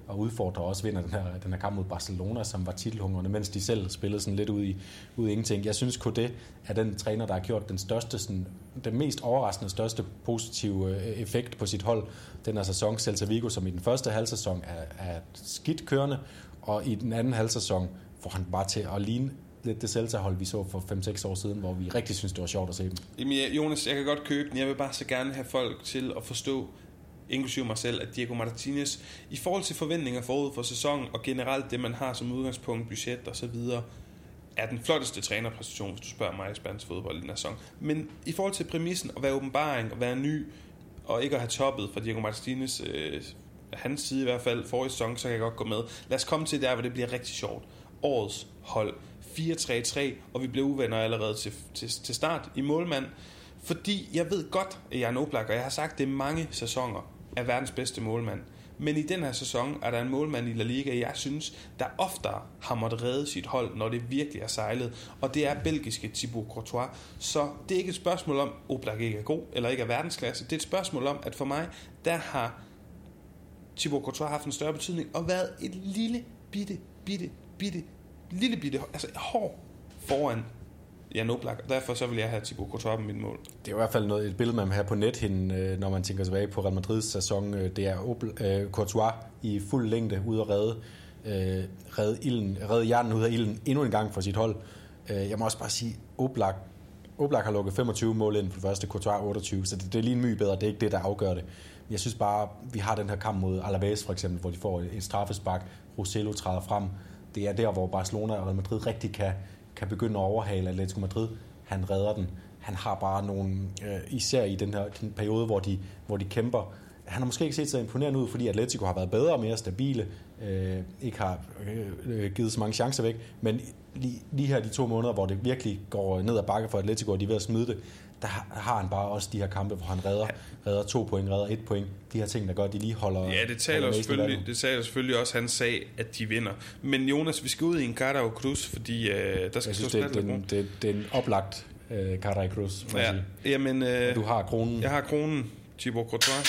B: og udfordrer og også vinder den her, den her kamp mod Barcelona, som var titelhungrende, mens de selv spillede sådan lidt ud i, ud i ingenting. Jeg synes, Coudet er den træner, der har gjort den største, sådan, den mest overraskende, største positive effekt på sit hold den her sæson. Celta Vigo, som i den første halvsæson er, er skidt kørende, og i den anden halvsæson får han bare til at ligne lidt det Celta-hold, vi så for fem seks år siden, hvor vi rigtig synes, det var sjovt at se dem.
A: Jamen, Jonas, jeg kan godt købe den. Jeg vil bare så gerne have folk til at forstå, inklusive mig selv, at Diego Martinez, i forhold til forventninger forud for sæsonen, og generelt det, man har som udgangspunkt, budget og så videre, er den flotteste trænerpræstation, hvis du spørger mig i spansk fodbold i den her sæson. Men i forhold til præmissen at være åbenbaring, og være ny, og ikke at have toppet fra Diego Martinez, øh, hans side i hvert fald, forrige sæson, så kan jeg godt gå med. Lad os komme til der, hvor det bliver rigtig sjovt. Årets hold. fire tre tre, og vi blev uvenner allerede til, til, til start i målmand. Fordi jeg ved godt, at Jan Oblak, og jeg har sagt det mange sæsoner, er verdens bedste målmand. Men i den her sæson er der en målmand i La Liga, jeg synes, der oftere har måttet redde sit hold, når det virkelig er sejlet. Og det er belgiske Thibaut Courtois. Så det er ikke et spørgsmål om, at Oblak ikke er god, eller ikke er verdensklasse. Det er et spørgsmål om, at for mig, der har Thibaut Courtois haft en større betydning, og været et lille, bitte, bitte, bitte, lille bitte, altså hår foran Jan Oblak, og derfor så vil jeg have Thibaut Courtois på mit mål.
B: Det er i hvert fald noget, et billede, man har på nethinden, når man tænker tilbage på Real Madrids sæson. Det er Obl- øh, Courtois i fuld længde ude at redde, øh, redde, ilden, redde hjernen ud af ilden endnu en gang for sit hold. Jeg må også bare sige, Oblak, Oblak har lukket femogtyve mål ind på det første, Courtois otteogtyve, så det, det er lige en my bedre, det er ikke det, der afgør det. Jeg synes bare, vi har den her kamp mod Alaves for eksempel, hvor de får et straffespark, Rossello træder frem. Det er der, hvor Barcelona og Real Madrid rigtig kan, kan begynde at overhale Atletico Madrid. Han redder den. Han har bare nogle, øh, især i den her den periode, hvor de, hvor de kæmper. Han har måske ikke set så imponerende ud, fordi Atletico har været bedre og mere stabile. Øh, ikke har øh, givet så mange chancer væk. Men lige, lige her de to måneder, hvor det virkelig går ned ad bakke for Atletico, og de er ved at smide det, der har han bare også de her kampe, hvor han redder, redder to point, redder et point. De her ting, der gør, de lige holder...
A: Ja, det taler, selvfølgelig, det taler selvfølgelig også hans sag, at de vinder. Men Jonas, vi skal ud i en Carrao Cruz, fordi øh, der skal stå
B: det, det, det, det er en oplagt øh, Carrao Cruz, må
A: ja. Jamen, øh,
B: du har kronen.
A: Jeg har kronen, Thibaut Courtois.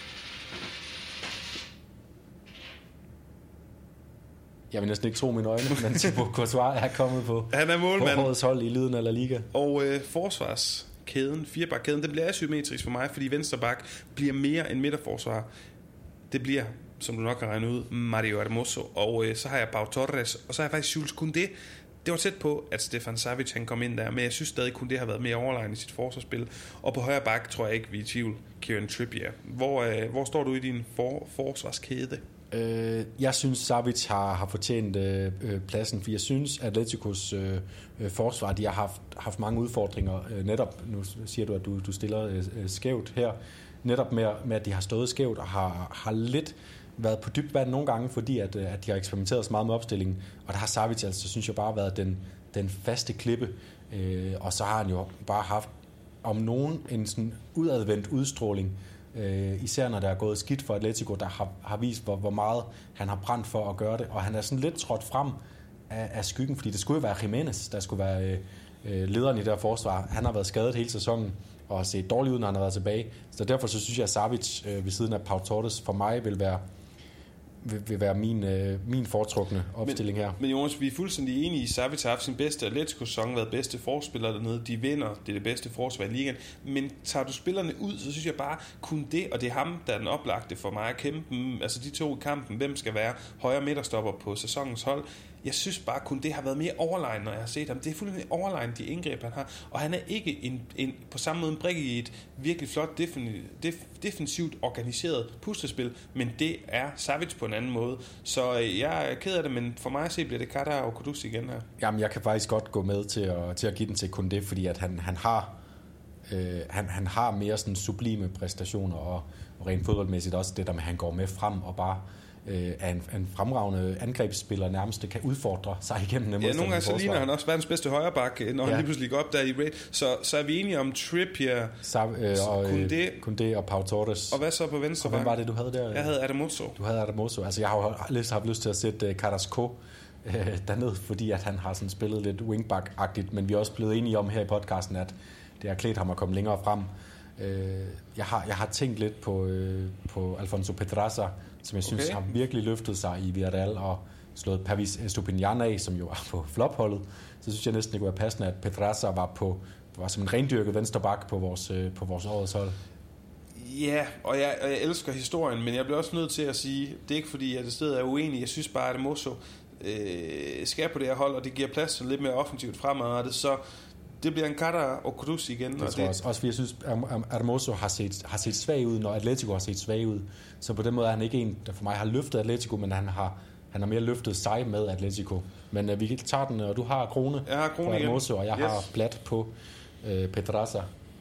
B: Jeg vil næsten ikke tro mine øjne, men Thibaut Courtois er kommet på,
A: han er målmand.
B: på årets hold i lyden af La Liga.
A: Og øh, forsvars kæden, firebakkæden, den bliver asymmetrisk for mig, fordi venstreback bliver mere end midterforsvar. Det bliver, som du nok har regnet ud, Mario Hermoso, og øh, så har jeg Pau Torres, og så har jeg faktisk Jules Koundé. Det var tæt på, at Stefan Savic han kom ind der, men jeg synes stadig, at Koundé har været mere overlegen i sit forsvarsspil. Og på højre bak tror jeg ikke, vi er i tvivl, Kieran Trippier. Hvor, øh, hvor står du i din for, forsvarskæde?
B: Øh, jeg synes, Savic har, har fortjent øh, pladsen, for jeg synes, at Atleticos øh, forsvar, de har haft, haft mange udfordringer. Øh, netop, nu siger du, at du, du stiller øh, skævt her, netop med, med, at de har stået skævt og har, har lidt været på dybt vand nogle gange, fordi at, at de har eksperimenteret så meget med opstillingen. Og der har Savic altså, synes jeg, bare været den, den faste klippe. Øh, og så har han jo bare haft, om nogen, en sådan udadvendt udstråling, Øh, især når der er gået skidt for Atletico, der har, har vist, hvor, hvor meget han har brændt for at gøre det. Og han er sådan lidt trådt frem af, af skyggen, fordi det skulle jo være Jimenez, der skulle være øh, lederen i det her forsvar. Han har været skadet hele sæsonen og har set dårligt ud, når han har været tilbage. Så derfor så synes jeg, at Savic øh, ved siden af Pau Torres for mig vil være vil, vil være min, øh, min foretrukne opstilling
A: men,
B: her.
A: Men Jonas, vi er fuldstændig enige i, Savic har haft sin bedste Atletico-sæson, været bedste forspiller dernede, de vinder, det er det bedste forsvar i ligaen, men tager du spillerne ud, så synes jeg bare, kun det, og det er ham, der er den oplagte for mig at kæmpe, altså de to i kampen, hvem skal være højre midterstopper på sæsonens hold. Jeg synes bare kun det har været mere overlegen, når jeg har set ham. Det er fuldstændig overlegen, de indgreb, han har. Og han er ikke en, en, på samme måde en brik i et virkelig flot defen, def, defensivt organiseret puslespil, men det er Savic på en anden måde. Så jeg er ked af det, men for mig at se bliver det Carrao Cruz igen her.
B: Jamen, jeg kan faktisk godt gå med til at, til at give den til Koundé, fordi at han, han har øh, han, han har mere sådan sublime præstationer, og, og rent fodboldmæssigt også det der med, at han går med frem og bare er en, en fremragende angrebsspiller, nærmest kan udfordre sig igennem.
A: Ja, nogle gange så ligner han også verdens bedste højreback, når ja. han lige pludselig går op der i raid. Så, så er vi enige om Trippier,
B: Sav, øh, og Koundé. Koundé og Pau Torres.
A: Og hvad så på venstre back?
B: Hvem var det, du havde der?
A: Jeg havde Adamoso.
B: Du havde Adamoso. Altså, jeg har jo lyst, haft lyst til at sætte uh, Carrasco uh, derned, fordi at han har sådan spillet lidt wingback-agtigt, men vi er også blevet enige om her i podcasten, at det har klædt ham at komme længere frem. Øh, jeg, har, jeg har tænkt lidt på, øh, på Alfonso Pedraza, som jeg synes okay. har virkelig løftet sig i Villarreal og slået Pervis Estupiñán af, som jo er på flopholdet. Så synes jeg næsten, det kunne være passende, at Pedraza var, på, var som en rendyrket vensterbak på vores, øh, på vores årets hold.
A: Ja, og jeg, og jeg elsker historien, men jeg bliver også nødt til at sige, det er ikke fordi, at det sted er uenig. Jeg synes bare, at Hermoso øh, skal på det her hold, og det giver plads til lidt mere offensivt fremadrettet, så det bliver en Cara og Cruz igen.
B: Det
A: og
B: tror jeg også. Også fordi jeg synes, at Hermoso har set, har set svag ud, når Atletico har set svag ud. Så på den måde er han ikke en, der for mig har løftet Atletico, men han har, han har mere løftet sig med Atletico. Men uh, vi tager den, og du har krone,
A: jeg har krone
B: på Hermoso,
A: igen.
B: Og jeg yes. har plat på uh, Pedraza.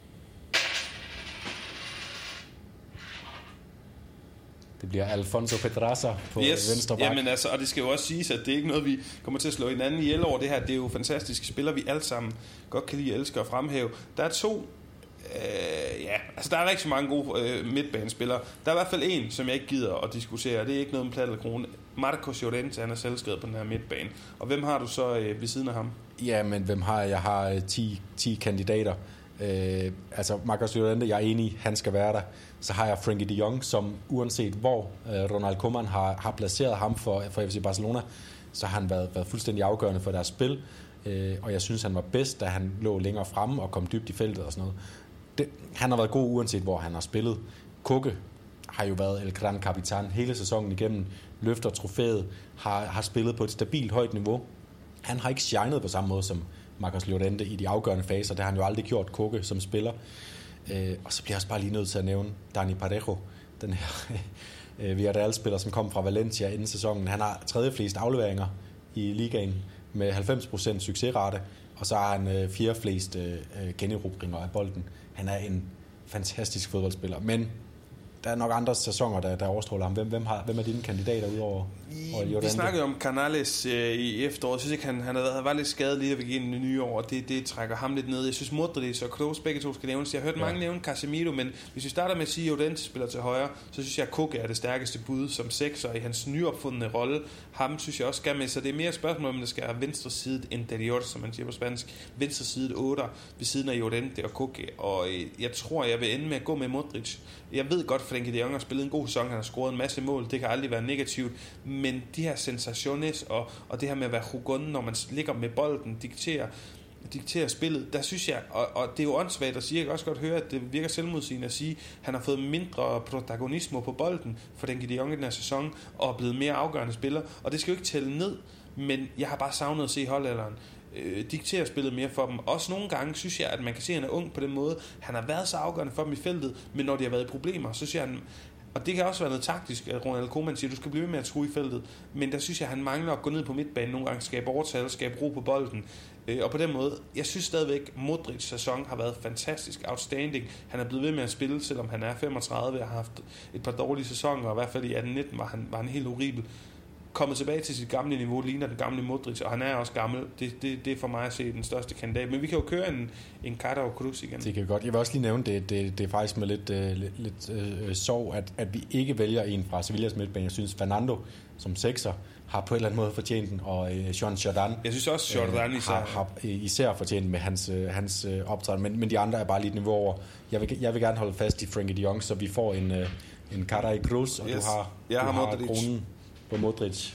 B: Det bliver Alfonso Pedraza på
A: yes.
B: venstre bak.
A: Jamen altså, og det skal jo også siges, at det er ikke noget, vi kommer til at slå hinanden ihjel over det her. Det er jo fantastiske spillere, vi alle sammen godt kan lide, elsker at fremhæve. Der er to, øh, ja, altså der er rigtig mange gode øh, midtbanespillere. Der er i hvert fald en, som jeg ikke gider at diskutere. Det er ikke noget med plat eller krone. Marcos Llorente, han er selvskrevet på den her midtbane. Og hvem har du så øh, ved siden af ham?
B: Ja, men hvem har jeg? Jeg har øh, ti, ti kandidater. Øh, altså Marcos Llorente, jeg er enig, han skal være der. Så har jeg Frenkie de Jong, som uanset hvor øh, Ronald Koeman har, har placeret ham for, for F C Barcelona, så har han været, været fuldstændig afgørende for deres spil. Øh, og jeg synes, han var bedst, da han lå længere fremme og kom dybt i feltet og sådan noget. Det, han har været god uanset hvor han har spillet. Koke har jo været El Gran Capitan hele sæsonen igennem, løfter trofæet, har, har spillet på et stabilt højt niveau. Han har ikke shined på samme måde som Marcos Llorente i de afgørende faser. Det har han jo aldrig gjort, Koke, som spiller. Øh, og så bliver jeg også bare lige nødt til at nævne Dani Parejo, den her øh, Villarreal-spiller, som kom fra Valencia inden sæsonen. Han har tredje flest afleveringer i ligaen med halvfems procent succesrate, og så har han øh, fjerde flest øh, generobringer af bolden. Han er en fantastisk fodboldspiller, men der er nok andre sæsoner, der, der overstråler ham. Hvem, hvem, har, hvem er dine kandidater udover
A: I, Vi snakkede om Canales øh, i efteråret. Jeg synes ikke, han, han har været, var lidt skadet lige, da vi gik ind i det nye år. Det, det trækker ham lidt ned. Jeg synes, Modric og Kroos begge to skal nævnes. Jeg har hørt ja. mange nævne Casemiro, men hvis vi starter med at sige, at Llorente spiller til højre, så synes jeg, at Koke er det stærkeste bud som sekser i hans nyopfundne rolle. Ham synes jeg også skal med, så det er mere et spørgsmål, om det skal have venstre side interior, som man siger på spansk. Venstre side otter ved siden af Llorente og Koke. Og øh, jeg tror, jeg vil ende med at gå med Modric. Jeg ved godt, for Frenkie de Jong har spillet en god sæson, han har scoret en masse mål, det kan aldrig være negativt, men de her sensationes og, og det her med at være hugon, når man ligger med bolden, dikterer, dikterer spillet, der synes jeg, og, og det er jo åndssvagt at sige, jeg kan også godt høre, at det virker selvmodsigende at sige, at han har fået mindre protagonisme på bolden for Frenkie de Jong i den her sæson, og er blevet mere afgørende spiller, og det skal jo ikke tælle ned, men jeg har bare savnet at se holdalderen øh, diktere spillet mere for dem. Også nogle gange synes jeg, at man kan se, at han er ung på den måde. Han har været så afgørende for dem i feltet, men når de har været i problemer, så synes jeg, han, og det kan også være noget taktisk, at Ronald Koeman siger, at du skal blive ved med at true i feltet, men der synes jeg, at han mangler at gå ned på midtbanen nogle gange, skabe overtal, skabe ro på bolden. Øh, og på den måde, jeg synes stadigvæk, Modric sæson har været fantastisk, outstanding. Han er blevet ved med at spille, selvom han er femogtredive og har haft et par dårlige sæsoner, og i hvert fald i atten nitten var han, var han helt horribel. Kommet tilbage til sit gamle niveau, ligner den gamle Modric, og han er også gammel. Det, det, det er for mig at se den største kandidat. Men vi kan jo køre en, en Cara og Cruz igen. Det
B: kan vi godt. Jeg vil også lige nævne, det, det, det er faktisk med lidt, uh, lidt, lidt uh, sorg, at, at vi ikke vælger en fra Sevillas midtbane. Jeg synes, Fernando som sekser har på en eller anden måde fortjent den, og uh, Jean Jordan,
A: jeg synes også, Jordan
B: uh,
A: især.
B: Har, har især fortjent med hans, uh, hans uh, optræden, men, men de andre er bare lige et niveau over. Jeg vil, jeg vil gerne holde fast i Frenkie de Jong, så vi får en, uh, en Cara og Cruz, og yes. du har,
A: jeg
B: du
A: har,
B: har kronen på Modric.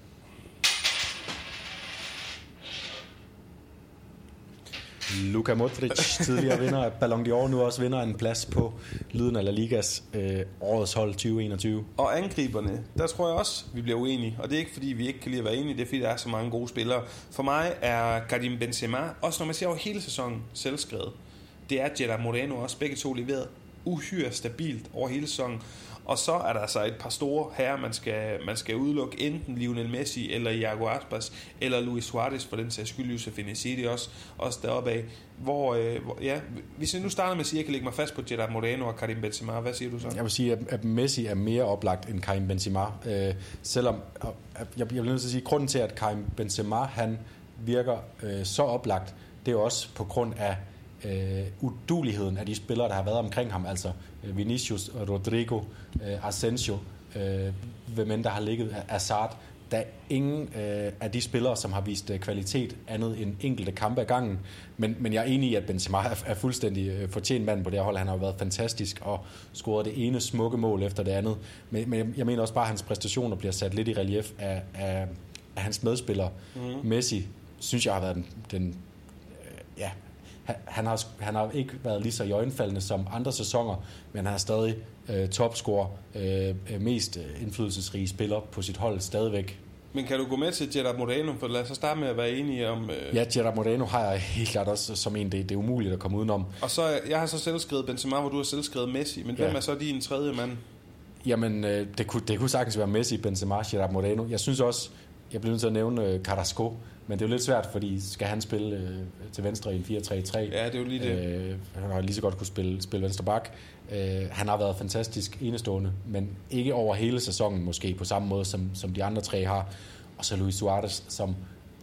B: Luka Modric, tidligere vinder af Ballon d'Or, nu også vinder en plads på Lyden af La Ligas øh, årets hold tyve enogtyve.
A: Og angriberne, der tror jeg også, vi bliver uenige. Og det er ikke, fordi vi ikke kan lide at være enige, det er, fordi der er så mange gode spillere. For mig er Karim Benzema, også når man ser over hele sæsonen, selvskrevet. Det er Gerard Moreno også, begge to leveret uhyre stabilt over hele sæsonen. Og så er der altså et par store herrer, man skal, man skal udelukke, enten Lionel Messi, eller Iago Aspas, eller Luis Suarez, for den sags skyld, Josef Inesidi også, også deroppe af. Hvor, øh, hvor, ja, hvis jeg nu starter med at sige, at jeg kan lægge mig fast på Gerard Moreno og Karim Benzema, hvad siger du så?
B: Jeg vil sige, at Messi er mere oplagt end Karim Benzema, øh, selvom, jeg, jeg bliver nødt til at sige, at grunden til, at Karim Benzema, han virker øh, så oplagt, det er jo også på grund af øh, uduligheden af de spillere, der har været omkring ham, altså øh, Vinicius, Rodrigo, øh, Asensio, øh, hvem end der har ligget, Hazard. der er ingen øh, af de spillere, som har vist øh, kvalitet andet end enkelte kampe ad gangen. Men, men jeg er enig i, at Benzema er, er fuldstændig øh, fortjent mand på det her hold. Han har jo været fantastisk og scoret det ene smukke mål efter det andet. Men, men jeg mener også bare, at hans præstationer bliver sat lidt i relief af, af, af hans medspillere. Mm. Messi, synes jeg, har været den... den øh, ja, han har, han har ikke været lige så iøjnefaldende som andre sæsoner, men han er stadig øh, topscorer, øh, mest indflydelsesrige spiller på sit hold stadigvæk.
A: Men kan du gå med til Gerard Moreno? For lad os starte med at være enige om... Øh...
B: Ja, Gerard Moreno har jeg helt klart også som en, det, det er umuligt at komme udenom.
A: Og så, jeg har så selv skrevet Benzema, hvor du har selv skrevet Messi, men ja. Hvem er så din tredje mand?
B: Jamen, øh, det, kunne, det kunne sagtens være Messi, Benzema, Gerard Moreno. Jeg synes også, jeg bliver nødt til at nævne øh, Carrasco, men det er jo lidt svært, fordi skal han spille øh, til venstre i en fire tre tre?
A: Ja, det er jo lige det.
B: Øh, han har lige så godt kunne spille, spille venstre bak. Øh, han har været fantastisk enestående, men ikke over hele sæsonen måske, på samme måde som, som de andre tre har. Og så Luis Suarez, som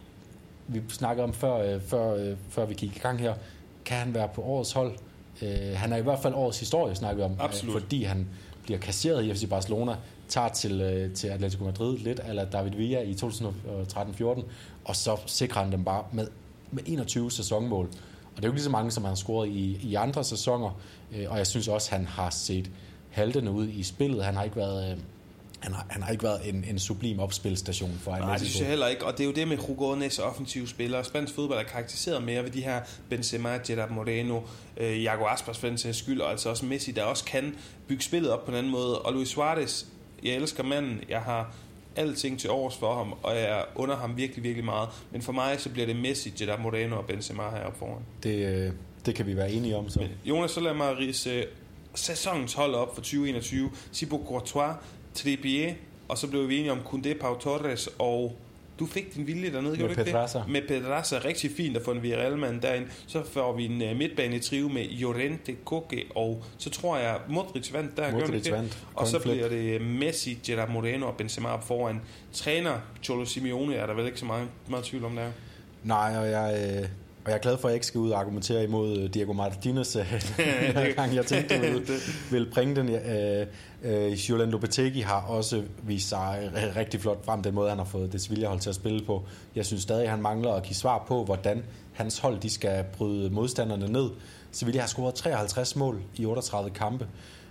B: vi snakkede om før, øh, før, øh, før vi gik i gang her. Kan han være på årets hold? Øh, han er i hvert fald årets historie, snakker vi om.
A: Absolut.
B: Øh, fordi han bliver kasseret i F C Barcelona, tager til, øh, til Atletico Madrid lidt, eller David Villa i to tusind og tretten fjorten, og så sikrer han dem bare med, med enogtyve sæsonmål. Og det er jo ikke lige så mange, som han har scoret i, i andre sæsoner, øh, og jeg synes også, han har set haltende ud i spillet. Han har ikke været... Øh, Han har, han har ikke været en, en sublim opspilstation for Atletico.
A: Nej, det synes jeg heller ikke. Og det er jo det med Jugones offensive spillere. Spansk fodbold er karakteriseret mere ved de her Benzema, Gerard Moreno, øh, Iago Aspas for den sags skyld, og altså også Messi, der også kan bygge spillet op på en anden måde. Og Luis Suarez, jeg elsker manden. Jeg har alting til overs for ham, og jeg under ham virkelig, virkelig meget. Men for mig, så bliver det Messi, Gerard Moreno og Benzema heroppe foran.
B: Det, det kan vi være enige om. Så.
A: Men Jonas, så lad mig rise sæsonens hold op for tyve enogtyve. Thibaut Courtois, Trippier, og så blev vi enige om Koundé, Pau Torres, og du fik din vilje dernede,
B: med Pedraza.
A: Med Pedraza, rigtig fint at få en Villarreal-mand derind. Så får vi en uh, midtbane i trio med Llorente, Koke, og så tror jeg, Modric vandt der.
B: Modric
A: det.
B: vandt.
A: Og så bliver det Messi, Gerard Moreno og Benzema op foran. Træner Cholo Simeone er der vel ikke så meget, meget tvivl om der.
B: Nej, og jeg... Øh Og jeg er glad for, at jeg ikke skal ud og argumentere imod Diego Martinez, hver gang jeg tænkte, at jeg ville bringe den. Øh, øh, Julian Lopetegui har også vist sig rigtig flot frem, den måde, han har fået det Sevilla-hold til at spille på. Jeg synes stadig, at han mangler at give svar på, hvordan hans hold de skal bryde modstanderne ned. Sevilla har scoret treoghalvtreds mål i otteogtredive kampe.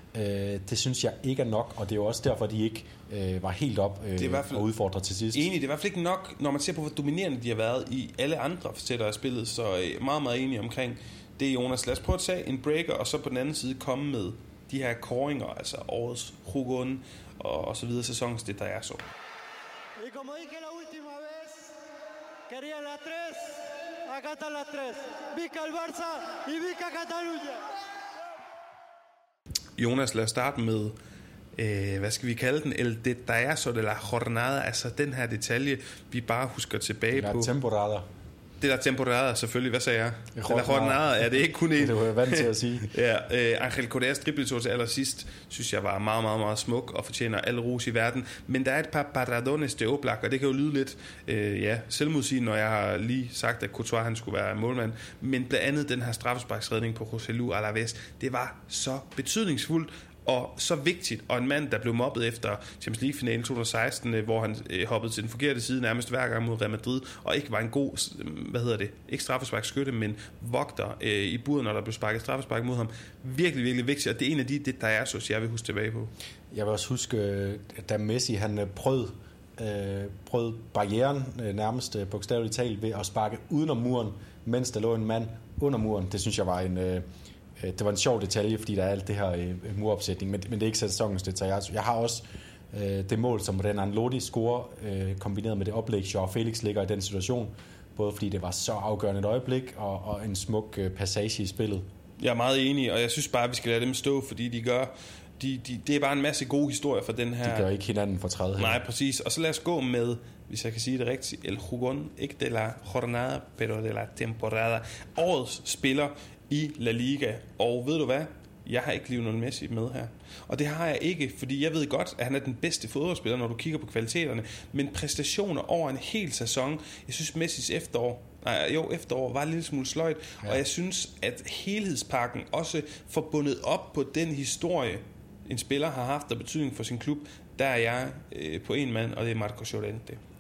B: Det synes jeg ikke er nok, og det er jo også derfor, de ikke øh, var helt op øh, og udfordret til sidst.
A: Enig, det er i hvert fald ikke nok, når man ser på, hvor dominerende de har været i alle andre facetter af spillet, så øh, meget, meget enig omkring det, Jonas. Lad os prøve at tage en breaker, og så på den anden side komme med de her kåringer, altså årets Jugon og, og så videre, sæsonens det, der er så.
C: Y como dije la última vez, quería la tres, acá están las tres. Vica el Barça y Vica Catalunya.
A: Jonas, lad os starte med, øh, hvad skal vi kalde den? El detalle de la jornada, altså den her detalje, vi bare husker tilbage på.
B: Temporada.
A: Det der temporada, selvfølgelig. Hvad sagde jeg? Det der jornada, er det ikke kun en.
B: Det var jeg vant til at sige.
A: Ja, øh, Angel Correas dribletur til allersidst, synes jeg var meget, meget, meget smuk og fortjener alle ros i verden. Men der er et par paradones de Oblak, og det kan jo lyde lidt øh, ja, selvmodsigende, når jeg har lige sagt, at Courtois han skulle være målmand. Men blandt andet den her straffesparksredning på José Lu Alaves, det var så betydningsfuldt og så vigtigt, og en mand, der blev mobbet efter Champions League-finalen to tusind og seksten, hvor han øh, hoppede til den forkerte side nærmest hver gang mod Real Madrid, og ikke var en god, hvad hedder det, ikke straffesparkskytte, men vogter øh, i buret, når der blev sparket straffespark mod ham. Virkelig, virkelig vigtigt, og det er en af de det, der er så, jeg vil huske tilbage på.
B: Jeg vil også huske, da Messi han prøvede, øh, prøvede barrieren øh, nærmest øh, bogstaveligt talt ved at sparke uden om muren, mens der lå en mand under muren. Det synes jeg var en... Øh, Det var en sjov detalje, fordi der er alt det her øh, muropsætning, men, men det er ikke sæsonens detalje. Jeg har også øh, det mål, som Renan Lodi scorer, øh, kombineret med det oplæg, Joao Felix ligger i den situation, både fordi det var så afgørende et øjeblik, og, og en smuk øh, passage i spillet.
A: Jeg er meget enig, og jeg synes bare, at vi skal lade dem stå, fordi de gør... De, de, det er bare en masse gode historier for den her...
B: De gør ikke hinanden for træde her.
A: Nej, præcis. Og så lad os gå med, hvis jeg kan sige det rigtigt, El Jugon, ikke de la jornada, pero de la temporada. Årets spiller i La Liga. Og ved du hvad? Jeg har ikke Lionel Messi med her. Og det har jeg ikke, fordi jeg ved godt, at han er den bedste fodboldspiller, når du kigger på kvaliteterne. Men præstationer over en hel sæson, jeg synes Messis efterår, nej, jo, efterår var en lille smule sløjt. Ja. Og jeg synes, at helhedspakken også forbundet op på den historie, en spiller har haft af betydning for sin klub, der er jeg øh, på en mand, og det er Marcos Llorente.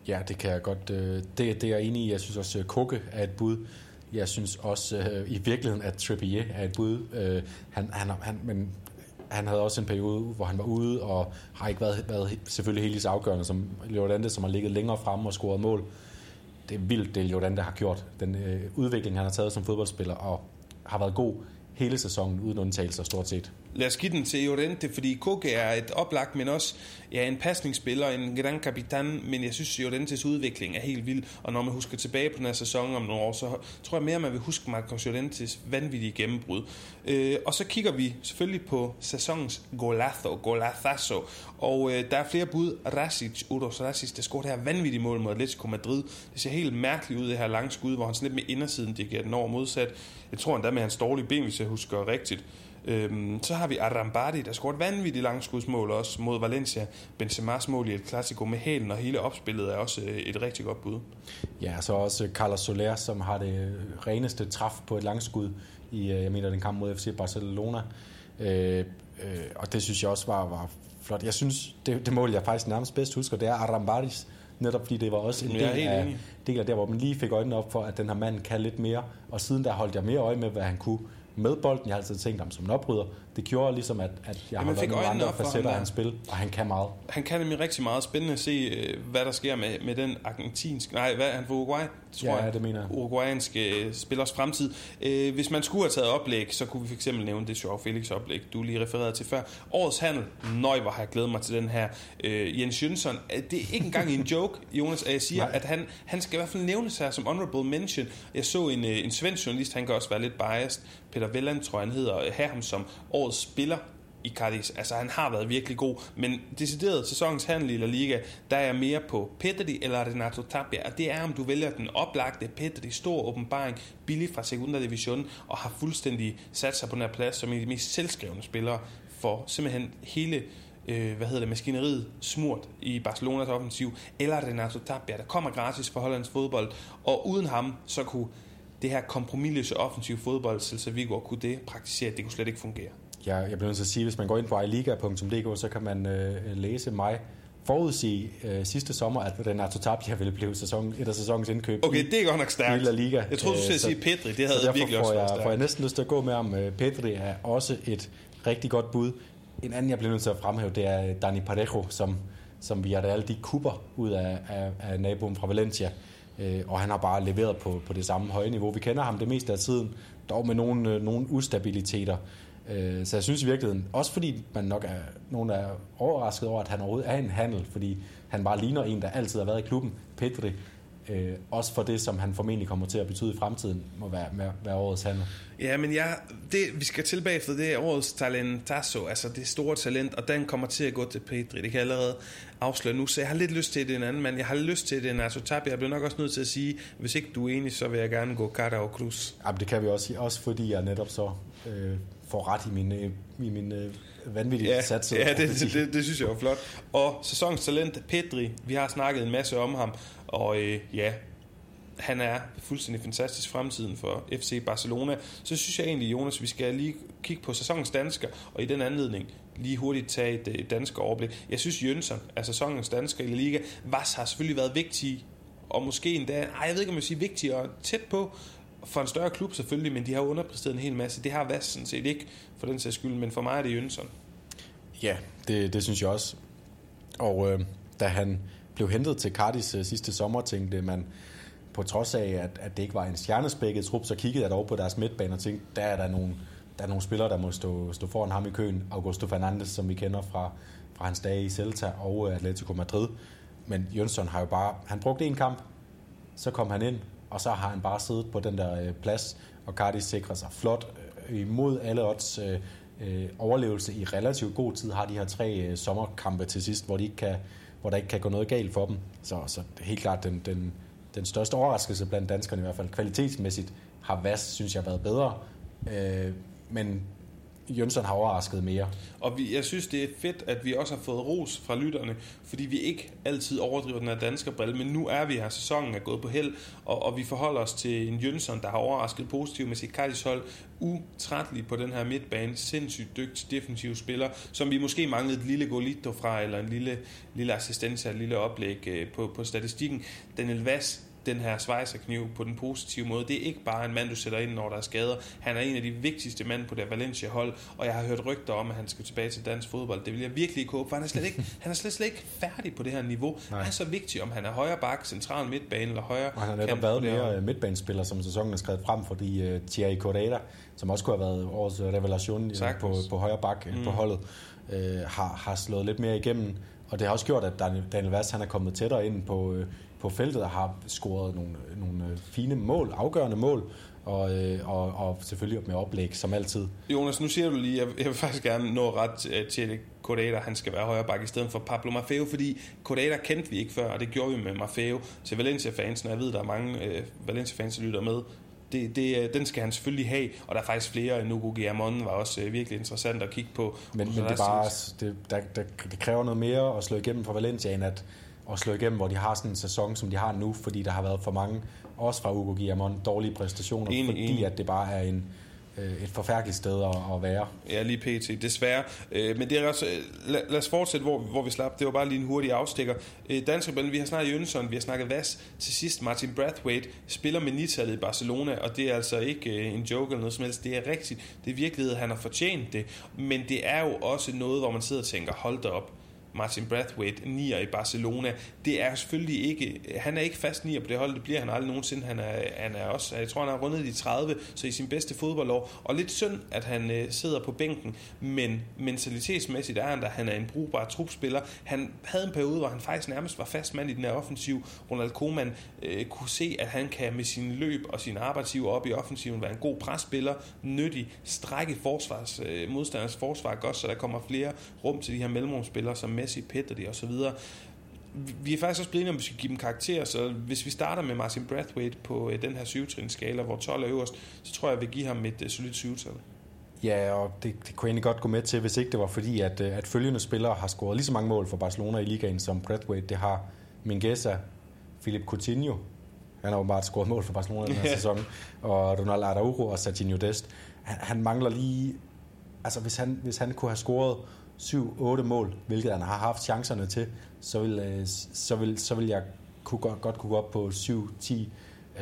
B: Ja, det kan jeg godt. Det, det er jeg enig i. Jeg synes også, at Koke er et bud. Jeg synes også øh, i virkeligheden, at Trippier er et bud. Øh, han, han, han, men han havde også en periode, hvor han var ude, og har ikke været, været selvfølgelig helt lige så afgørende som Llorente, som har ligget længere fremme og scoret mål. Det er vildt, det Llorente har gjort. Den øh, udvikling, han har taget som fodboldspiller, og har været god hele sæsonen, uden undtagelser stort set.
A: Lad os give den til Llorente, fordi Koke er et oplagt, men også ja, en pasningsspiller, en gran kapitan, men jeg synes, Llorentes udvikling er helt vild, og når man husker tilbage på den her sæson om nogle år, så tror jeg mere, man vil huske Marcos Llorentes vanvittige gennembrud. Øh, og så kigger vi selvfølgelig på sæsonens golazo, golazazo, og øh, der er flere bud. Rasic, Uros Rasic, der scorede det her vanvittige mål mod Atletico Madrid. Det ser helt mærkeligt ud, det her lange skud, hvor han sådan lidt med indersiden dirigerer den over modsat. Jeg tror endda med hans dårlige ben, hvis jeg husker rigtigt. Øhm, så har vi Arrambadi, der scorede et vanvittigt langskudsmål også mod Valencia. Benzema's mål i et klassiko med hælen, og hele opspillet er også et rigtig godt bud.
B: Ja, så også Carlos Soler, som har det reneste træf på et langskud i, jeg mener, den kamp mod F C Barcelona. Øh, øh, og det synes jeg også var, var flot. Jeg synes, det, det mål, jeg faktisk nærmest bedst husker, det er Arrambadis, netop fordi det var også en del af, del af der, hvor man lige fik øjnene op for, at den her mand kan lidt mere. Og siden der holdt jeg mere øje med, hvad han kunne med bolden. Jeg har altid tænkt ham som en opbryder. Det gjorde ligesom, at, at jeg har været nogle andre facetter af hans spil, og han kan meget.
A: Han kan nemlig rigtig meget. Spændende at se, hvad der sker med, med den argentinske... Nej, hvad er han for Uruguay?
B: Tror ja, jeg. det mener jeg.
A: Uruguayanske spillers fremtid. Hvis man skulle have taget oplæg, så kunne vi fx nævne det Joao Felix oplæg, du lige refererede til før. Årets handel. Nøj, hvor har jeg glædet mig til den her. Jens Jønsson, det er ikke engang en joke, Jonas, at jeg siger, Nej. at han, han skal i hvert fald nævnes her som honorable mention. Jeg så en, en svensk journalist, han kan også være lidt biased. Peter Velland, tror jeg, han hedder, have ham som årets spiller i Cadiz. Altså, han har været virkelig god, men decideret sæsonens handel i La Liga, der er mere på Pedri eller Renato Tapia, og det er, om du vælger den oplagte Pedri, stor åbenbaring, billig fra Segunda Division, og har fuldstændig sat sig på den her plads som en af de mest selvskrevne spillere for simpelthen hele øh, hvad hedder det, maskineriet smurt i Barcelonas offensiv, eller Renato Tapia, der kommer gratis for Hollands fodbold, og uden ham, så kunne det her kompromisløse offensiv fodbold, Celta Vigo, kunne det praktisere, det kunne slet ikke fungere.
B: Ja, jeg bliver nødt til at sige, hvis man går ind på i liga punktum d k, så kan man øh, læse mig forudsige øh, sidste sommer, at Renato Tapia ville blive sæson, et af sæsonens indkøb.
A: Okay, det er godt nok stærkt.
B: I La Liga.
A: Jeg troede, du skulle sige Pedri, det havde virkelig også været stærkt.
B: får jeg næsten lyst til at gå med om uh, Pedri er også et rigtig godt bud. En anden, jeg bliver nødt til at fremhæve, det er Dani Parejo, som, som vi har da alle de kupper ud af, af, af naboen fra Valencia. Uh, og han har bare leveret på, på det samme høje niveau. Vi kender ham det meste af tiden, dog med nogle, uh, nogle ustabiliteter. Så jeg synes i virkeligheden, også fordi man nok er, nogen er overrasket over, at han overhovedet er en handel, fordi han bare ligner en, der altid har været i klubben, Pedri, øh, også for det, som han formentlig kommer til at betyde i fremtiden, må være, være årets handel.
A: Ja, men ja, det, vi skal tilbage for det er årets talentazo, altså det store talent, og den kommer til at gå til Pedri, det kan jeg allerede afsløre nu, så jeg har lidt lyst til det en anden, men jeg har lyst til det, altså Tapia, jeg bliver nok også nødt til at sige, hvis ikke du er enig, så vil jeg gerne gå Cara og Cruz.
B: Jamen, det kan vi også sige, også fordi jeg netop så øh, får ret i min, i min øh, vanvittige
A: ja,
B: sats.
A: Ja, det, det, det, det synes jeg var flot. Og sæsonens talent, Pedri, vi har snakket en masse om ham, og øh, ja, han er fuldstændig fantastisk fremtiden for F C Barcelona. Så synes jeg egentlig, Jonas, vi skal lige kigge på sæsonens dansker, og i den anledning lige hurtigt tage et, et dansk overblik. Jeg synes, Jønsson er sæsonens dansker i La Liga. Vas har selvfølgelig været vigtig, og måske endda, ej, jeg ved ikke, om jeg siger vigtig og tæt på, for en større klub selvfølgelig, men de har underpræsteret en hel masse. Det har Vas sådan set ikke, for den sags skyld, men for mig er det Jønsson.
B: Ja, det, det synes jeg også. Og øh, da han blev hentet til Cardis øh, sidste sommer, tænkte man, på trods af, at, at det ikke var en stjernespækket trup, så kiggede jeg dog på deres midtbane og tænkte, der er der nogle, der er nogle spillere, der må stå, stå foran ham i køen. Augusto Fernandes, som vi kender fra, fra hans dage i Celta og Atletico Madrid. Men Jønsson har jo bare, han brugte en kamp, så kom han ind, og så har han bare siddet på den der øh, plads, og Cardis sikrer sig flot øh, imod alle odds øh, øh, overlevelse i relativt god tid, har de her tre øh, sommerkampe til sidst, hvor, de ikke kan, hvor der ikke kan gå noget galt for dem. Så, så helt klart den, den, den største overraskelse blandt danskerne i hvert fald. Kvalitetsmæssigt har Vas, synes jeg, været bedre, øh, men Jønsson har overrasket mere.
A: Og vi, jeg synes, det er fedt, at vi også har fået ros fra lytterne, fordi vi ikke altid overdriver den her danskerbrille, men nu er vi her, sæsonen er gået på held, og, og vi forholder os til en Jønsson, der har overrasket positivt med sit Kajtis-hold, utrættelig på den her midtbane, sindssygt dygtig defensiv spiller, som vi måske manglede et lille golito fra, eller en lille, lille assistentia, et lille oplæg øh, på, på statistikken. Daniel Vaz, den her svejserkniv på den positive måde. Det er ikke bare en mand, du sætter ind, når der er skader. Han er en af de vigtigste mænd på det Valencia-hold, og jeg har hørt rygter om, at han skal tilbage til dansk fodbold. Det vil jeg virkelig ikke håbe, for han er slet ikke, han er slet, slet ikke færdig på det her niveau. Nej. Han er så vigtig, om han er højre bak, central midtbane eller højre.
B: Og han har netop været mere midtbanespiller, som sæsonen er skrevet frem, fordi uh, Thierry Correia, som også kunne have været årets revelation på, på højre bak mm. på holdet, uh, har, har slået lidt mere igennem. Og det har også gjort, at Daniel Vaz, han er kommet tættere ind på, uh, på feltet og har scoret nogle, nogle fine mål, afgørende mål, og, og, og selvfølgelig med oplæg, som altid.
A: Jonas, nu siger du lige, jeg vil faktisk gerne nå ret til Correia, han skal være højre bak i stedet for Pablo Maffeo, fordi Correia kendte vi ikke før, og det gjorde vi med Maffeo til Valencia-fansen, og jeg ved, der er mange øh, Valencia-fans, der lytter med. Det, det, den skal han selvfølgelig have, og der er faktisk flere end Hugo Guillamon, var også øh, virkelig interessant at kigge på.
B: Men, men det, er bare, det, der, der, det kræver noget mere at slå igennem for Valencia, end at og slå igennem, hvor de har sådan en sæson, som de har nu, fordi der har været for mange, også fra Hugo Guillamon, dårlige præstationer, enig, fordi enig. At det bare er en, et forfærdeligt sted at, at være.
A: Ja, lige pt. Desværre. Men det er også, lad, lad os fortsætte, hvor, hvor vi slap. Det var bare lige en hurtig afstikker. Danskebælgen, vi har snakket Jønsson, vi har snakket Vaz. Til sidst, Martin Braithwaite spiller med nitallet i Barcelona, og det er altså ikke en joke eller noget som helst. Det er rigtigt. Det er virkelighed, han har fortjent det. Men det er jo også noget, hvor man sidder og tænker, hold da op. Martin Braithwaite, nier i Barcelona. Det er selvfølgelig ikke, han er ikke fast nier på det hold, det bliver han aldrig nogensinde. Han er, han er også, jeg tror han har rundet de tredive, så i sin bedste fodboldår. Og lidt synd, at han øh, sidder på bænken, men mentalitetsmæssigt er han der, han er en brugbar trupspiller. Han havde en periode, hvor han faktisk nærmest var fast mand i den her offensiv. Ronald Koeman øh, kunne se, at han kan med sin løb og sin arbejdsgiver op i offensiven være en god presspiller, nyttig, strække forsvars, øh, modstanders forsvar godt, så der kommer flere rum til de her mellemrumspillere, som Messi, Pedri og så videre. Vi er faktisk også blevet enige om, at vi skal give dem karakterer, så hvis vi starter med Martin Braithwaite på den her syv-trinsskala, hvor tolv er øverst, så tror jeg, at vi giver ham et solidt syv-tal.
B: Ja, og det, det kunne jeg egentlig godt gå med til, hvis ikke det var fordi, at, at følgende spillere har scoret lige så mange mål for Barcelona i ligaen som Braithwaite. Det har Mingueza, Philippe Coutinho, han har jo bare scoret mål for Barcelona den her yeah. sæson, og Ronald Araujo og Serginho Dest. Han, han mangler lige, altså hvis han, hvis han kunne have scoret syv otte mål, hvilket han har haft chancerne til, så vil, så vil, så vil jeg kunne, godt, godt kunne gå op på syv ti.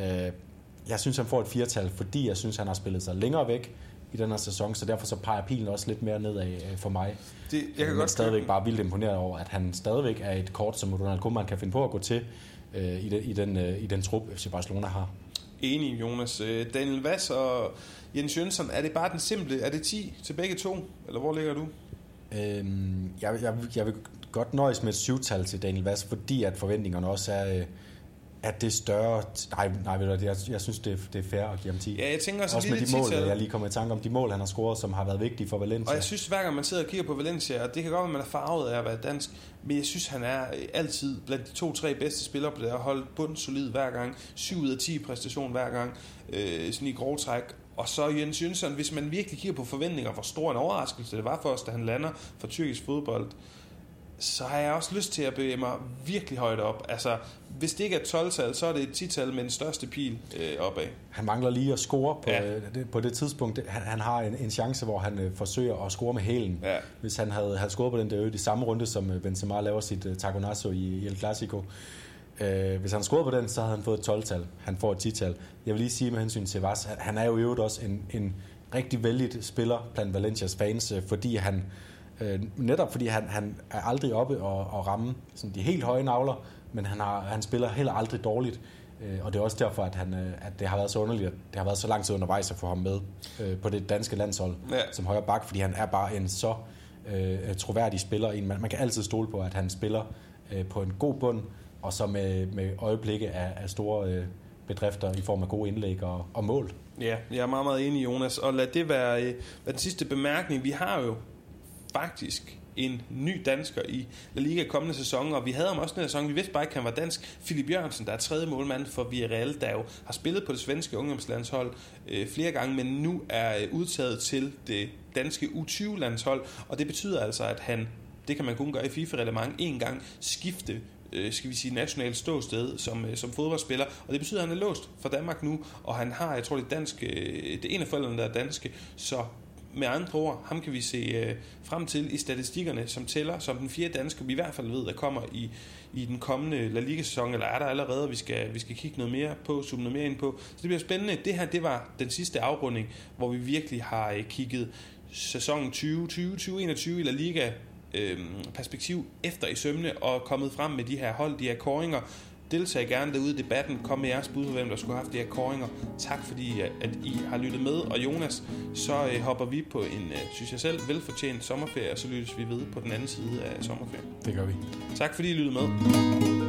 B: Jeg synes, han får et firetal, fordi jeg synes, han har spillet sig længere væk i den her sæson, så derfor så peger pilen også lidt mere nedad for mig. Det, jeg kan Men godt stadigvæk bare vildt imponeret over, at han stadigvæk er et kort, som Ronald Koeman kan finde på at gå til øh, i, den, i, den, øh, i den trup, F C Barcelona har.
A: Enig, Jonas. Daniel Vaz og Jens Jønsson, er det bare den simple? Er det ti til begge to? Eller hvor ligger du?
B: Øhm, jeg, jeg, jeg vil godt nøjes med et syvtal til Daniel Vaz, fordi at forventningerne også er, at det er større. Nej, nej ved du, jeg, jeg synes, det er, det er fair at give ham ti.
A: Ja, jeg tænker også,
B: også med de mål, jeg lige kommer i tanke om, de mål, han har scoret, som har været vigtige for Valencia.
A: Og jeg synes, hver gang man sidder og kigger på Valencia, og det kan godt være, at man er farvet af at være dansk, men jeg synes, han er altid blandt de to-tre bedste spillere på det her hold, bundsolid hver gang, syv ud af ti præstation hver gang, øh, sådan i grov træk. Og så Jens Jønsson, hvis man virkelig kigger på forventninger, hvor stor en overraskelse det var for os, da han lander for tyrkisk fodbold, så har jeg også lyst til at bevæge mig virkelig højt op. Altså, hvis det ikke er et tolv-tal, så er det et ti-tal med den største pil øh, opad.
B: Han mangler lige at score på, ja. det, på det tidspunkt. Han, han har en, en chance, hvor han øh, forsøger at score med hælen. Ja. Hvis han havde, havde scoret på den der øde i samme runde, som Benzema laver sit uh, taconazo i, i El Clasico. Øh, hvis han scorede på den, så havde han fået et tolv-tal. Han får et ti-tal. Jeg vil lige sige med hensyn til Vaz, han er jo i øvrigt også en, en rigtig vældig spiller blandt Valencias fans, fordi han øh, netop fordi han, han er aldrig oppe og, og ramme sådan de helt høje navler, men han, har, han spiller heller aldrig dårligt. Øh, og det er også derfor, at, han, at det har været så underligt, at det har været så lang tid undervejs at få ham med øh, på det danske landshold ja. som højre bak, fordi han er bare en så øh, troværdig spiller. En, man, man kan altid stole på, at han spiller øh, på en god bund, og så med, med øjeblikke af, af store øh, bedrifter i form af gode indlæg og, og mål.
A: Ja, jeg er meget, meget enig, Jonas. Og lad det være, øh, være den sidste bemærkning. Vi har jo faktisk en ny dansker i La Liga kommende sæson, og vi havde ham også den her sæson. Vi vidste bare ikke, at han var dansk. Philip Jørgensen, der er tredje målmand for Villarreal, der jo har spillet på det svenske ungdomslandshold øh, flere gange, men nu er øh, udtaget til det danske U tyve landshold, og det betyder altså, at han, det kan man kun gøre i FIFA-reglement, en gang skifte skal vi sige, nationalt ståsted som, som fodboldspiller, og det betyder, at han er låst for Danmark nu, og han har, jeg tror, det danske, det ene af forældrene, der er danske, så med andre ord, ham kan vi se uh, frem til i statistikkerne, som tæller som den fjerde danske, vi i hvert fald ved, der kommer i, i den kommende La Liga-sæson, eller er der allerede, vi skal, vi skal kigge noget mere på, zoome noget mere ind på. Så det bliver spændende. Det her, det var den sidste afrunding, hvor vi virkelig har uh, kigget sæsonen tyve tyve til enogtyve i La Liga perspektiv efter i sømne og kommet frem med de her hold, de her kåringer. Deltag gerne derude i debatten. Kom med jeres bud på, hvem der skulle have haft de her kåringer. Tak fordi, at I har lyttet med. Og Jonas, så hopper vi på en, synes jeg selv, velfortjent sommerferie, og så lyttes vi ved på den anden side af sommerferien.
B: Det gør vi.
A: Tak fordi I lyttede med.